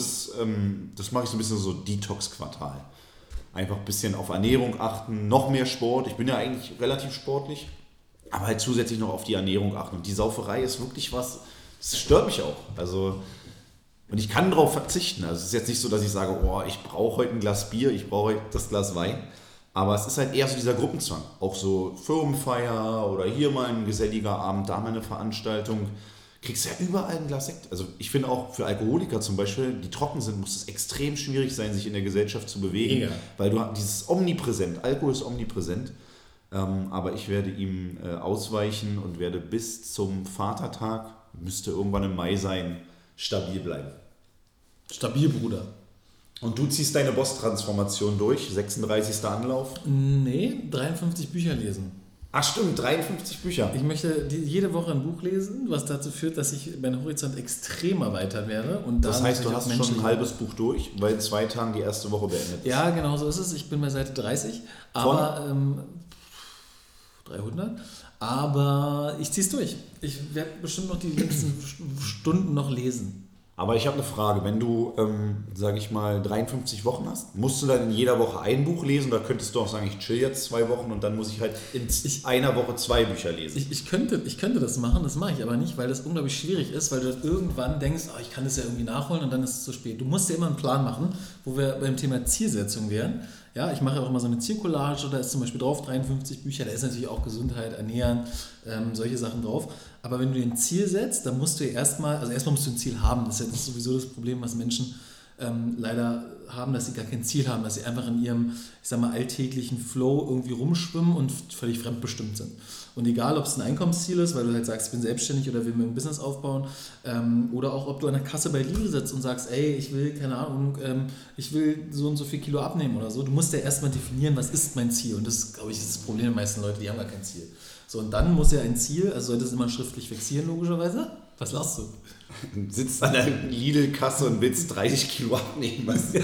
das mache ich so ein bisschen so Detox-Quartal. Einfach ein bisschen auf Ernährung achten, noch mehr Sport. Ich bin ja eigentlich relativ sportlich, aber halt zusätzlich noch auf die Ernährung achten. Und die Sauferei ist wirklich was, das stört mich auch. Also, und ich kann darauf verzichten. Also es ist jetzt nicht so, dass ich sage, ich brauche heute ein Glas Bier, ich brauche heute das Glas Wein. Aber es ist halt eher so dieser Gruppenzwang. Auch so Firmenfeier oder hier mal ein geselliger Abend, da mal eine Veranstaltung. Kriegst ja überall ein Glas Sekt. Also ich finde auch für Alkoholiker zum Beispiel, die trocken sind, muss es extrem schwierig sein, sich in der Gesellschaft zu bewegen. Mega. Weil du dieses omnipräsent, Alkohol ist omnipräsent. Aber ich werde ihm ausweichen und werde bis zum Vatertag, müsste irgendwann im Mai sein, stabil bleiben. Stabil, Bruder. Und du ziehst deine Boss-Transformation durch, 36. Anlauf? Nee, 53 Bücher lesen. Ach stimmt, 53 Bücher. Ich möchte jede Woche ein Buch lesen, was dazu führt, dass ich meinen Horizont extrem erweitern werde. Und das heißt, du hast schon ein halbes Buch durch, weil in 2 Tagen die erste Woche beendet ist. Ja, genau so ist es. Ich bin bei Seite 30, aber 300. Aber ich ziehe es durch. Ich werde bestimmt noch die nächsten Stunden noch lesen. Aber ich habe eine Frage, wenn du, sage ich mal, 53 Wochen hast, musst du dann in jeder Woche ein Buch lesen oder könntest du auch sagen, ich chill jetzt 2 Wochen und dann muss ich halt in einer Woche 2 Bücher lesen? Ich könnte das machen, das mache ich aber nicht, weil das unglaublich schwierig ist, weil du irgendwann denkst, ich kann das ja irgendwie nachholen und dann ist es zu spät. Du musst dir immer einen Plan machen, wo wir beim Thema Zielsetzung wären. Ja, ich mache auch immer so eine Zielcollage, da ist zum Beispiel drauf 53 Bücher, da ist natürlich auch Gesundheit, Ernähren, solche Sachen drauf. Aber wenn du dir ein Ziel setzt, dann musst du erstmal musst du ein Ziel haben. Das ist sowieso das Problem, was Menschen leider haben, dass sie gar kein Ziel haben, dass sie einfach in ihrem, alltäglichen Flow irgendwie rumschwimmen und völlig fremdbestimmt sind. Und egal, ob es ein Einkommensziel ist, weil du halt sagst, ich bin selbstständig oder will mir ein Business aufbauen, oder auch, ob du an der Kasse bei Lidl sitzt und sagst, ich will, keine Ahnung, ich will so und so viel Kilo abnehmen oder so. Du musst ja erstmal definieren, was ist mein Ziel. Und das, glaube ich, ist das Problem der meisten Leute, die haben gar kein Ziel. So, und dann muss ja ein Ziel, also solltest du immer schriftlich fixieren, logischerweise. Was lachst du? Du sitzt an der Lidl-Kasse und willst 30 Kilo abnehmen. Was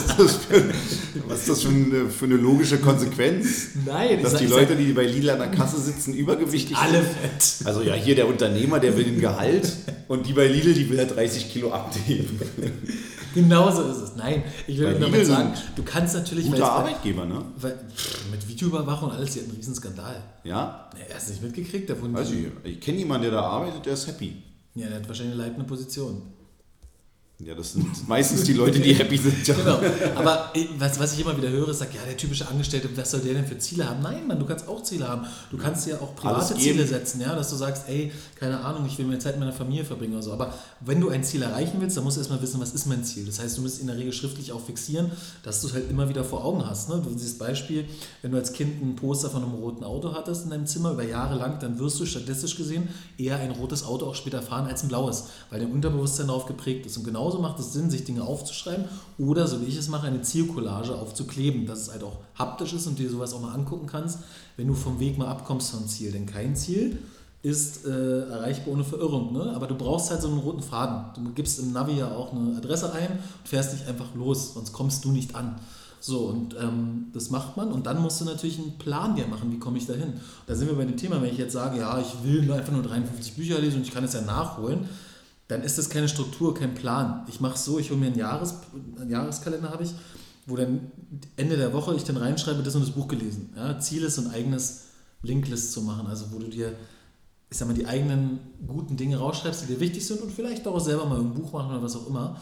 ist das für eine logische Konsequenz? Nein. Dass die Leute, die bei Lidl an der Kasse sitzen, übergewichtig sind? Alle fett. Also ja, hier der Unternehmer, der will den Gehalt und die bei Lidl, die will ja 30 Kilo abnehmen. Genau so ist es. Nein, ich will nur damit sagen, du kannst natürlich... Guter Arbeitgeber, ne? Mit Videoüberwachung und alles, die hat einen riesen Skandal. Ja? Er ist nicht mitgekriegt. Ich kenne jemanden, der da arbeitet, der ist happy. Ja, der hat wahrscheinlich eine leitende Position. Ja, das sind meistens die Leute, die happy sind. Ja. Genau, aber was ich immer wieder höre, ist, der typische Angestellte, was soll der denn für Ziele haben? Nein, Mann, du kannst auch Ziele haben. Du kannst ja auch private Ziele setzen, ja, dass du sagst, keine Ahnung, ich will mehr Zeit mit meiner Familie verbringen oder so. Aber wenn du ein Ziel erreichen willst, dann musst du erstmal wissen, was ist mein Ziel. Das heißt, du musst in der Regel schriftlich auch fixieren, dass du es halt immer wieder vor Augen hast. Ne? Du siehst Beispiel, wenn du als Kind ein Poster von einem roten Auto hattest in deinem Zimmer über Jahre lang, dann wirst du statistisch gesehen eher ein rotes Auto auch später fahren als ein blaues, weil dein Unterbewusstsein darauf geprägt ist. Und genauso macht es Sinn, sich Dinge aufzuschreiben oder, so wie ich es mache, eine Zielcollage aufzukleben, dass es halt auch haptisch ist und dir sowas auch mal angucken kannst, wenn du vom Weg mal abkommst vom Ziel. Denn kein Ziel ist erreichbar ohne Verirrung, ne? Aber du brauchst halt so einen roten Faden. Du gibst im Navi ja auch eine Adresse ein und fährst nicht einfach los, sonst kommst du nicht an. So, und das macht man und dann musst du natürlich einen Plan dir machen, wie komme ich da hin. Da sind wir bei dem Thema, wenn ich jetzt sage, ich will einfach nur 53 Bücher lesen und ich kann es ja nachholen, dann ist das keine Struktur, kein Plan. Ich mache es so, ich hole mir einen Jahreskalender, habe ich, wo dann Ende der Woche ich dann reinschreibe, das und das Buch gelesen. Ja, Ziel ist, so ein eigenes Linklist zu machen, also wo du dir ich sag mal, die eigenen guten Dinge rausschreibst, die dir wichtig sind und vielleicht auch selber mal ein Buch machen oder was auch immer.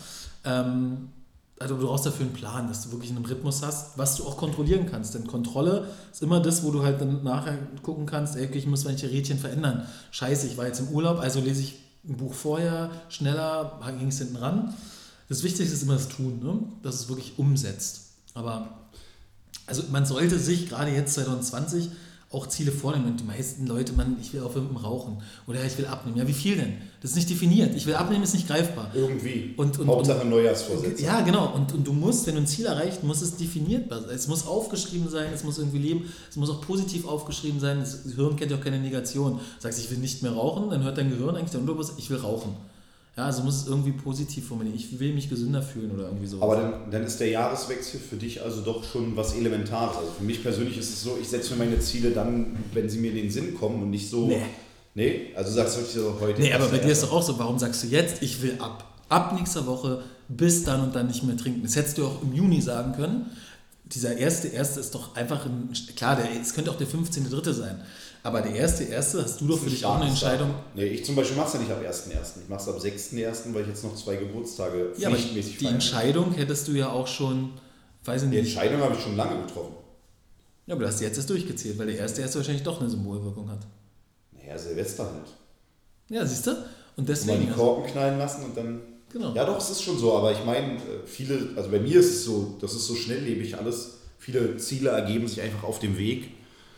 Also du brauchst dafür einen Plan, dass du wirklich einen Rhythmus hast, was du auch kontrollieren kannst. Denn Kontrolle ist immer das, wo du halt dann nachher gucken kannst, ey, okay, ich muss manche Rädchen verändern. Scheiße, ich war jetzt im Urlaub, also lese ich ein Buch vorher, schneller, ging es hinten ran. Das Wichtigste ist immer das Tun, ne? Dass es wirklich umsetzt. Aber also man sollte sich gerade jetzt 2020 auch Ziele vornehmen. Und die meisten Leute, ich will aufhören mit dem Rauchen oder ich will abnehmen. Ja, wie viel denn? Das ist nicht definiert. Ich will abnehmen, ist nicht greifbar. Irgendwie. Hauptsache Neujahrsvorsätze. Ja, genau. Und du musst, wenn du ein Ziel erreicht, muss es definiert sein. Es muss aufgeschrieben sein, es muss irgendwie leben, es muss auch positiv aufgeschrieben sein. Das Gehirn kennt ja auch keine Negation. Du sagst, ich will nicht mehr rauchen, dann hört dein Gehirn eigentlich der Unterbewusstsein, ich will rauchen. Ja, also muss es irgendwie positiv formulieren. Ich will mich gesünder fühlen oder irgendwie so. Aber dann ist der Jahreswechsel für dich also doch schon was Elementares. Also für mich persönlich ist es so, ich setze mir meine Ziele dann, wenn sie mir in den Sinn kommen und nicht so... Nee? Also sagst du wirklich so heute... Nee, aber bei dir ist doch auch so, warum sagst du jetzt, ich will ab nächster Woche bis dann und dann nicht mehr trinken. Das hättest du auch im Juni sagen können. Dieser erste ist doch einfach, klar, es könnte auch der 15.3. sein. Aber der erste hast du doch für dich auch eine Entscheidung. Nee, ich zum Beispiel mache es ja nicht am 1.1. Ich mache es am 6.1., weil ich jetzt noch 2 Geburtstage pflichtmäßig feiere. Die Entscheidung hättest du ja auch schon, weiß ich nicht. Die Entscheidung habe ich schon lange getroffen. Ja, aber du hast jetzt erst durchgezählt, weil der erste wahrscheinlich doch eine Symbolwirkung hat. Naja, Silvester halt. Ja, siehst du? Und deswegen. Mal die Korken knallen lassen und dann... Genau. Ja doch, es ist schon so, aber ich meine, viele, also bei mir ist es so, das ist so schnelllebig alles, viele Ziele ergeben sich einfach auf dem Weg.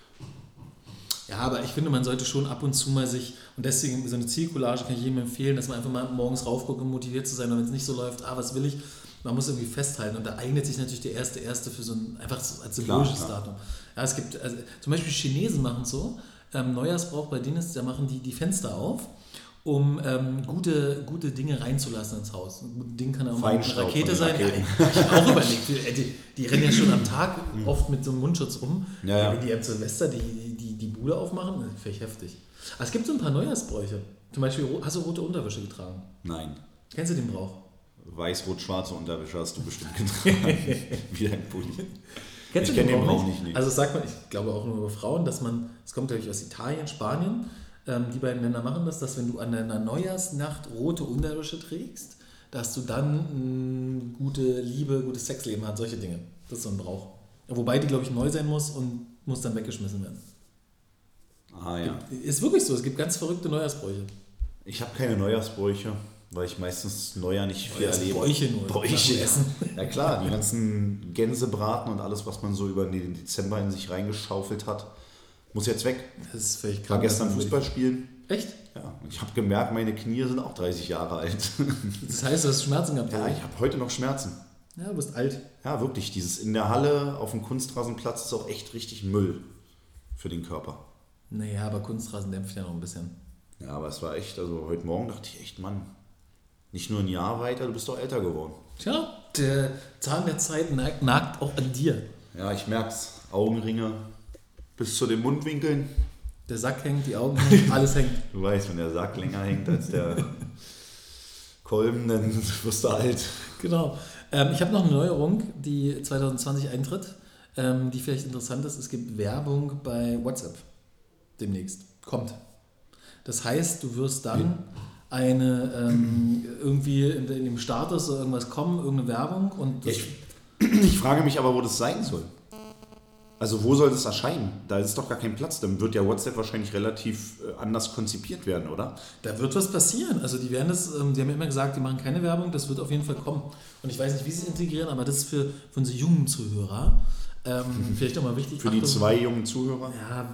Ja, aber ich finde, man sollte schon ab und zu mal sich, und deswegen so eine Zielcollage kann ich jedem empfehlen, dass man einfach mal morgens raufguckt, um motiviert zu sein, und wenn es nicht so läuft, was will ich, man muss irgendwie festhalten, und da eignet sich natürlich der erste für so ein, einfach so als symbolisches Datum. Ja, es gibt, also, zum Beispiel Chinesen machen so, Neujahrsbrauch bei denen ist, da machen die Fenster auf, um gute Dinge reinzulassen ins Haus. Ein gutes Ding kann auch mal eine Rakete sein. Ja, ich habe auch überlegt, die rennen ja schon am Tag oft mit so einem Mundschutz rum. Ja. Wenn die am Silvester die Bude aufmachen, das finde ich heftig. Aber es gibt so ein paar Neujahrsbräuche. Zum Beispiel, hast du rote Unterwäsche getragen? Nein. Kennst du den Brauch? Weiß-rot-schwarze Unterwäsche hast du bestimmt getragen. Wie ein Pulli. Kennst du den Brauch nicht? Nee. Also sagt man, ich glaube auch nur über Frauen, dass man, es kommt glaube ich aus Italien, Spanien, die beiden Länder machen das, dass wenn du an deiner Neujahrsnacht rote Unterwäsche trägst, dass du dann gute Liebe, gutes Sexleben hast, solche Dinge. Das ist so ein Brauch. Wobei die, glaube ich, neu sein muss und muss dann weggeschmissen werden. Ah ja. Ist wirklich so, es gibt ganz verrückte Neujahrsbräuche. Ich habe keine Neujahrsbräuche, weil ich meistens Neujahr nicht viel erlebe. Bräuche essen. Ja klar, die ganzen Gänsebraten und alles, was man so über den Dezember in sich reingeschaufelt hat, muss jetzt weg. Das ist völlig krank. Ich war gestern Fußball spielen. Echt? Ja, und ich habe gemerkt, meine Knie sind auch 30 Jahre alt. Das heißt, du hast Schmerzen gehabt? Ja, ich habe heute noch Schmerzen. Ja, du bist alt. Ja, wirklich. Dieses in der Halle auf dem Kunstrasenplatz ist auch echt richtig Müll für den Körper. Naja, aber Kunstrasen dämpft ja noch ein bisschen. Ja, aber es war echt, also heute Morgen dachte ich echt, Mann, nicht nur ein Jahr weiter, du bist doch älter geworden. Tja, der Zahn der Zeit nagt auch an dir. Ja, ich merk's. Augenringe bis zu den Mundwinkeln. Der Sack hängt, die Augen hängen, alles hängt. Du weißt, wenn der Sack länger hängt als der Kolben, dann wirst du alt. Genau. Ich habe noch eine Neuerung, die 2020 eintritt, die vielleicht interessant ist. Es gibt Werbung bei WhatsApp demnächst. Kommt. Das heißt, du wirst dann irgendwie in dem Status oder irgendwas kommen, irgendeine Werbung. Und ich frage mich aber, wo das sein soll. Also wo soll das erscheinen? Da ist doch gar kein Platz. Dann wird ja WhatsApp wahrscheinlich relativ anders konzipiert werden, oder? Da wird was passieren. Also die werden das, die haben ja immer gesagt, die machen keine Werbung, das wird auf jeden Fall kommen. Und ich weiß nicht, wie sie es integrieren, aber das ist für unsere jungen Zuhörer vielleicht auch mal wichtig. Für die 2 jungen Zuhörer? Ja,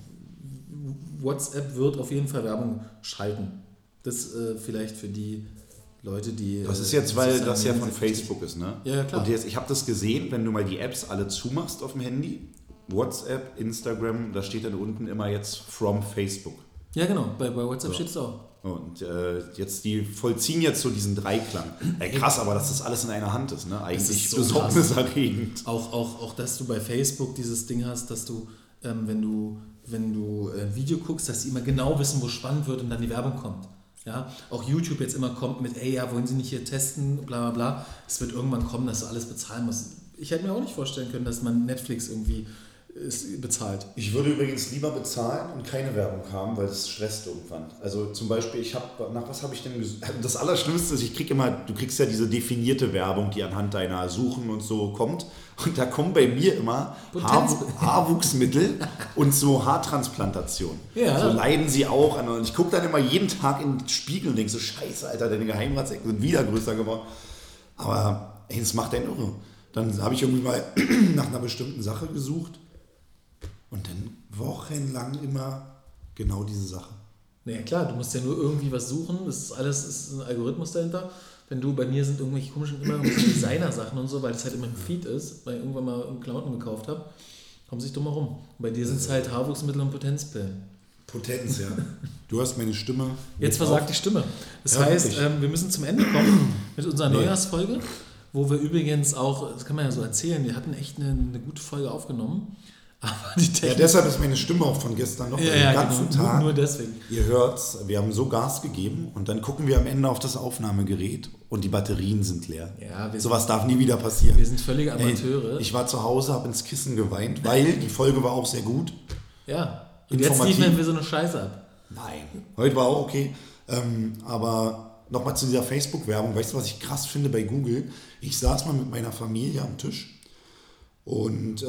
WhatsApp wird auf jeden Fall Werbung schalten. Das vielleicht für die Leute, die... Das ist jetzt, weil das ja von Facebook ist, ne? Ja, klar. Und jetzt, ich habe das gesehen, wenn du mal die Apps alle zumachst auf dem Handy, WhatsApp, Instagram, da steht dann unten immer jetzt from Facebook. Ja, genau, bei WhatsApp steht es auch. Und jetzt, die vollziehen jetzt so diesen Dreiklang. Krass, aber dass das alles in einer Hand ist, ne? Eigentlich so besorgniserregend. Auch, dass du bei Facebook dieses Ding hast, dass du, wenn du ein Video guckst, dass sie immer genau wissen, wo spannend wird und dann die Werbung kommt. Ja, auch YouTube jetzt immer kommt mit, wollen Sie nicht hier testen, bla bla bla. Es wird irgendwann kommen, dass du alles bezahlen musst. Ich hätte mir auch nicht vorstellen können, dass man Netflix irgendwie ist bezahlt. Ich würde übrigens lieber bezahlen und keine Werbung haben, weil das stresst irgendwann. Also zum Beispiel, nach was habe ich denn gesucht? Das Allerschlimmste ist, du kriegst ja diese definierte Werbung, die anhand deiner Suchen und so kommt. Und da kommen bei mir immer Haarwuchsmittel und so Haartransplantation. Ja. So leiden sie auch an. Und ich gucke dann immer jeden Tag in den Spiegel und denke so, scheiße, Alter, deine Geheimratsecken sind wieder größer geworden. Aber ey, das macht einen irre. Dann habe ich irgendwie mal nach einer bestimmten Sache gesucht. Und dann wochenlang immer genau diese Sache. Naja klar, du musst ja nur irgendwie was suchen, das ist ein Algorithmus dahinter. Bei mir sind irgendwelche komischen, immer Designer-Sachen und so, weil das halt immer im Feed ist, weil ich irgendwann mal Klamotten gekauft habe, kommen sich dumm herum. Bei dir sind es halt Haarwuchsmittel und Potenzpillen. Potenz, ja. Du hast meine Stimme. Jetzt versagt die Stimme. Das heißt, wir müssen zum Ende kommen mit unserer Neujahrsfolge, wo wir übrigens auch, das kann man ja so erzählen, wir hatten echt eine gute Folge aufgenommen. Aber deshalb ist meine Stimme auch von gestern noch den ganzen Tag. Nur deswegen. Ihr hört's, wir haben so Gas gegeben und dann gucken wir am Ende auf das Aufnahmegerät und die Batterien sind leer. Ja, sowas darf nie wieder passieren. Wir sind völlige Amateure. Ich war zu Hause, habe ins Kissen geweint, weil die Folge war auch sehr gut. Ja, und jetzt liefern wir so eine Scheiße ab. Nein, heute war auch okay. Aber nochmal zu dieser Facebook-Werbung. Weißt du, was ich krass finde bei Google? Ich saß mal mit meiner Familie am Tisch und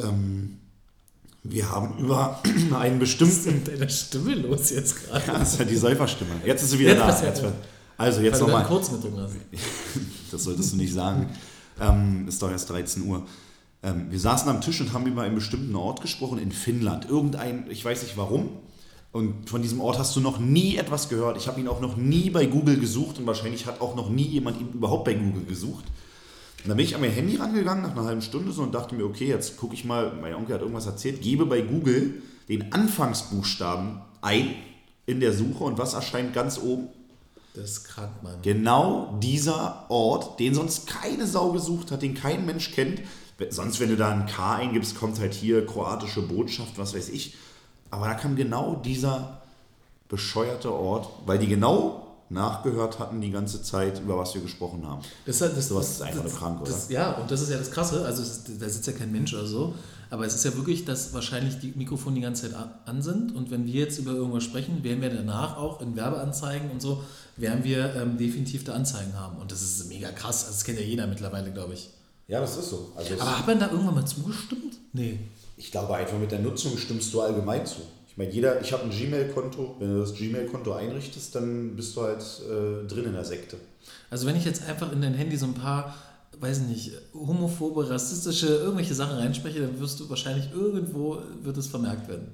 wir haben über einen bestimmten... Was ist mit deiner Stimme los jetzt gerade? Ja, das ist halt die Säuferstimme. Jetzt ist sie wieder da. Also jetzt nochmal. Kurz mit drin hast. Das solltest du nicht sagen. Ist doch erst 13 Uhr. Wir saßen am Tisch und haben über einen bestimmten Ort gesprochen in Finnland. Ich weiß nicht warum. Und von diesem Ort hast du noch nie etwas gehört. Ich habe ihn auch noch nie bei Google gesucht und wahrscheinlich hat auch noch nie jemand ihn überhaupt bei Google gesucht. Und dann bin ich an mein Handy rangegangen nach einer halben Stunde so und dachte mir, okay, jetzt gucke ich mal, mein Onkel hat irgendwas erzählt, gebe bei Google den Anfangsbuchstaben ein in der Suche und was erscheint ganz oben? Das ist krank, Mann. Genau dieser Ort, den sonst keine Sau gesucht hat, den kein Mensch kennt. Sonst, wenn du da ein K eingibst, kommt halt hier kroatische Botschaft, was weiß ich. Aber da kam genau dieser bescheuerte Ort, weil die genau nachgehört hatten die ganze Zeit, über was wir gesprochen haben. Das ist einfach nur krank, oder? Ja, und das ist ja das Krasse, also da sitzt ja kein Mensch oder so, aber es ist ja wirklich, dass wahrscheinlich die Mikrofone die ganze Zeit an sind und wenn wir jetzt über irgendwas sprechen, werden wir danach auch in Werbeanzeigen und so, werden wir definitiv da Anzeigen haben und das ist mega krass, also das kennt ja jeder mittlerweile, glaube ich. Ja, das ist so. Aber hat man da irgendwann mal zugestimmt? Nee. Ich glaube einfach mit der Nutzung stimmst du allgemein zu. Ich meine, ich habe ein Gmail-Konto, wenn du das Gmail-Konto einrichtest, dann bist du halt drin in der Sekte. Also wenn ich jetzt einfach in dein Handy so ein paar, weiß nicht, homophobe, rassistische, irgendwelche Sachen reinspreche, dann wirst du wahrscheinlich irgendwo, wird es vermerkt werden.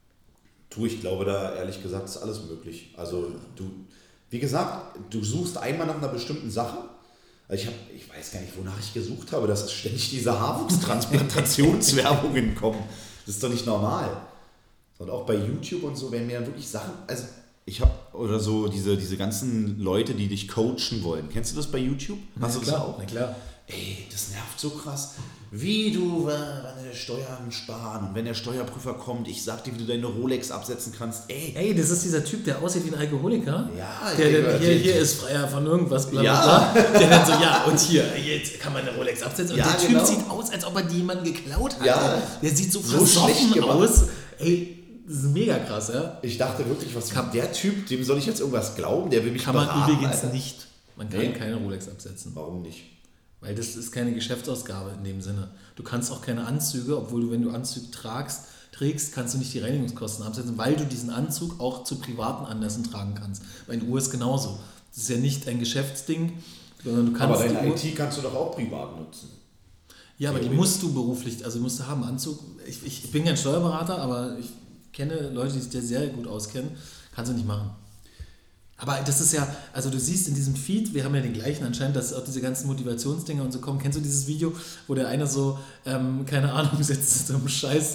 Ich glaube da ehrlich gesagt ist alles möglich. Also wie gesagt, du suchst einmal nach einer bestimmten Sache. Also ich weiß gar nicht, wonach ich gesucht habe, dass ständig diese Haarwuchstransplantationswerbungen kommen. Das ist doch nicht normal. Und auch bei YouTube und so werden mir dann wirklich Sachen, also ich habe, oder so diese ganzen Leute, die dich coachen wollen. Kennst du das bei YouTube? Hast du das auch? Na klar. Ey, das nervt so krass. Wie du deine Steuern sparen und wenn der Steuerprüfer kommt, ich sag dir, wie du deine Rolex absetzen kannst. Ey, das ist dieser Typ, der aussieht wie ein Alkoholiker. Ja. Der hier ist freier von irgendwas, bla bla bla. Der dann so, ja, und hier, jetzt kann man eine Rolex absetzen. Und der Typ sieht aus, als ob er die jemanden geklaut hat. Ja. Der sieht so schlecht aus. Ey, das ist mega krass, ja. Ich dachte wirklich, was kann der Typ, dem soll ich jetzt irgendwas glauben? Der will mich beraten. Kann man übrigens nicht. Man kann keine Rolex absetzen. Warum nicht? Weil das ist keine Geschäftsausgabe in dem Sinne. Du kannst auch keine Anzüge, obwohl du, wenn du Anzug trägst, kannst du nicht die Reinigungskosten absetzen, weil du diesen Anzug auch zu privaten Anlässen tragen kannst. Bei den Uhr ist genauso. Das ist ja nicht ein Geschäftsding, sondern du kannst... Aber deine IT kannst du doch auch privat nutzen. Ja, aber die musst du beruflich, also musst du haben. Anzug, ich bin kein Steuerberater, aber ich kenne Leute, die sich da sehr gut auskennen, kannst du nicht machen. Aber das ist ja, also du siehst in diesem Feed, wir haben ja den gleichen anscheinend, dass auch diese ganzen Motivationsdinger und so kommen. Kennst du dieses Video, wo der eine so, keine Ahnung, sitzt so einem scheiß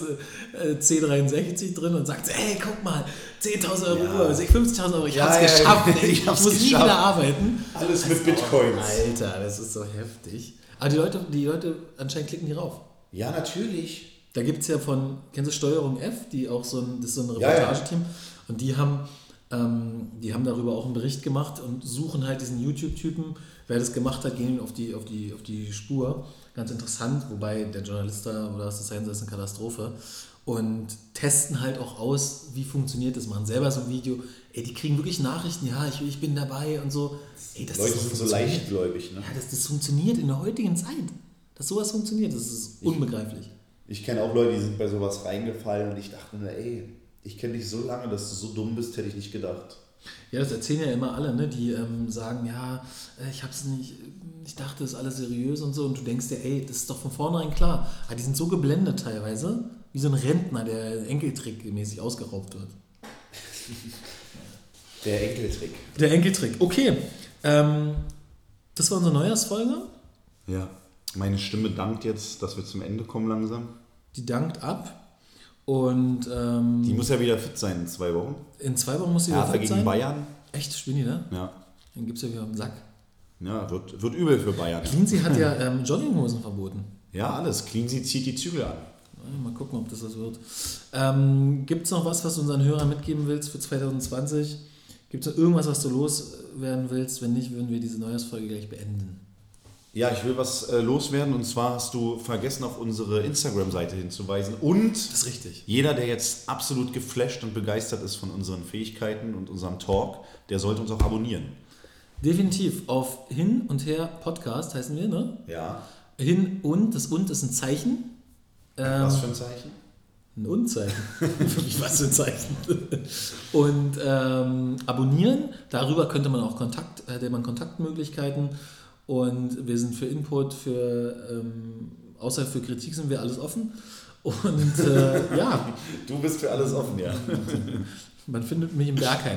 C63 drin und sagt, ey, guck mal, 10.000 Euro, 50.000 Euro, ich hab's geschafft, ey, ich muss nie wieder arbeiten. Alles mit Bitcoins. Alter, das ist so heftig. Aber die Leute anscheinend klicken hier rauf. Ja, natürlich. Da gibt es ja kennst du Steuerung F, die auch das ist so ein Reportageteam, und die haben darüber auch einen Bericht gemacht und suchen halt diesen YouTube-Typen, wer das gemacht hat, gehen auf die Spur. Ganz interessant, wobei der Journalist da, oder was das sein soll, ist eine Katastrophe. und testen halt auch aus, wie funktioniert das. Machen selber so ein Video. Ey, die kriegen wirklich Nachrichten, ja, ich bin dabei und so. Ey, das Leute sind so leichtgläubig, ne? Ja, das funktioniert in der heutigen Zeit. Dass sowas funktioniert, das ist unbegreiflich. Ich kenne auch Leute, die sind bei sowas reingefallen und ich dachte mir, ey, ich kenne dich so lange, dass du so dumm bist, hätte ich nicht gedacht. Ja, das erzählen ja immer alle, ne? Die sagen, ja, ich dachte, das ist alles seriös und so. Und du denkst dir, ey, das ist doch von vornherein klar. Aber die sind so geblendet teilweise, wie so ein Rentner, der enkeltrickmäßig ausgeraubt wird. Der Enkeltrick. Der Enkeltrick, okay. Das war unsere Neujahrsfolge. Ja, meine Stimme dankt jetzt, dass wir zum Ende kommen langsam. Die dankt ab. Und die muss ja wieder fit sein in 2 Wochen. In 2 Wochen muss sie wieder fit gegen sein. Bayern. Echt, spielen die, ne? Ja. Dann gibt es ja wieder einen Sack. Ja, wird übel für Bayern. Cleansea hat ja Jogginghosen verboten. Ja, alles. Cleansea zieht die Zügel an. Mal gucken, ob das was wird. Gibt es noch was du unseren Hörern mitgeben willst für 2020? Gibt es noch irgendwas, was du loswerden willst? Wenn nicht, würden wir diese Neujahrsfolge gleich beenden. Ja, ich will was loswerden, und zwar hast du vergessen, auf unsere Instagram-Seite hinzuweisen. Und das ist richtig. Jeder, der jetzt absolut geflasht und begeistert ist von unseren Fähigkeiten und unserem Talk, der sollte uns auch abonnieren. Definitiv. Auf Hin und Her Podcast heißen wir, ne? Ja. Hin und, das und ist ein Zeichen. Was für ein Zeichen? Ein Und-Zeichen. Was für ein Zeichen. Und abonnieren, darüber könnte man auch hätte man Kontaktmöglichkeiten. Und wir sind für Input, außer für Kritik sind wir alles offen. Und ja. Du bist für alles offen, ja. Man findet mich im Bergheim.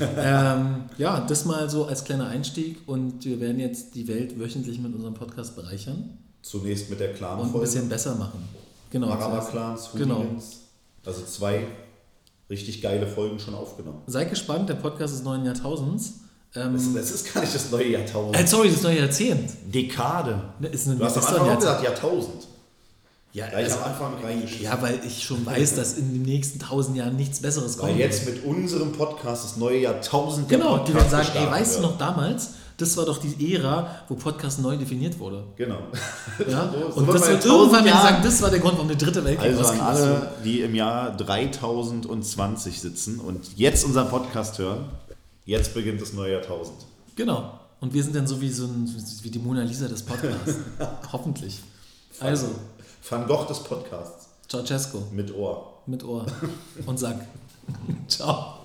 Ja, das mal so als kleiner Einstieg. Und wir werden jetzt die Welt wöchentlich mit unserem Podcast bereichern. Zunächst mit der Clan-Folge. Und ein bisschen besser machen. Genau. Marama-Clans, genau. Also 2 richtig geile Folgen schon aufgenommen. Seid gespannt, der Podcast des neuen Jahrtausends. Das ist gar nicht das neue Jahrtausend. Sorry, das neue Jahrzehnt. Dekade. Du hast am Anfang auch gesagt Jahrtausend. Ja, gleich am Anfang reingeschrieben. Ja, weil ich schon weiß, dass in den nächsten 1000 Jahren nichts Besseres kommt. Weil jetzt mit unserem Podcast das neue Jahrtausend Genau, die werden sagen, ey, weißt du noch damals, das war doch die Ära, wo Podcast neu definiert wurde. Genau. Ja? Und das wird irgendwann sagen, das war der Grund, warum der dritte Weltkrieg rausging. Also an alle, die im Jahr 3020 sitzen und jetzt unseren Podcast hören, jetzt beginnt das neue Jahrtausend. Genau. Und wir sind dann so wie die Mona Lisa des Podcasts. Hoffentlich. Also. Van Gogh des Podcasts. Ceausescu. Mit Ohr. Mit Ohr. Und Sack. Ciao.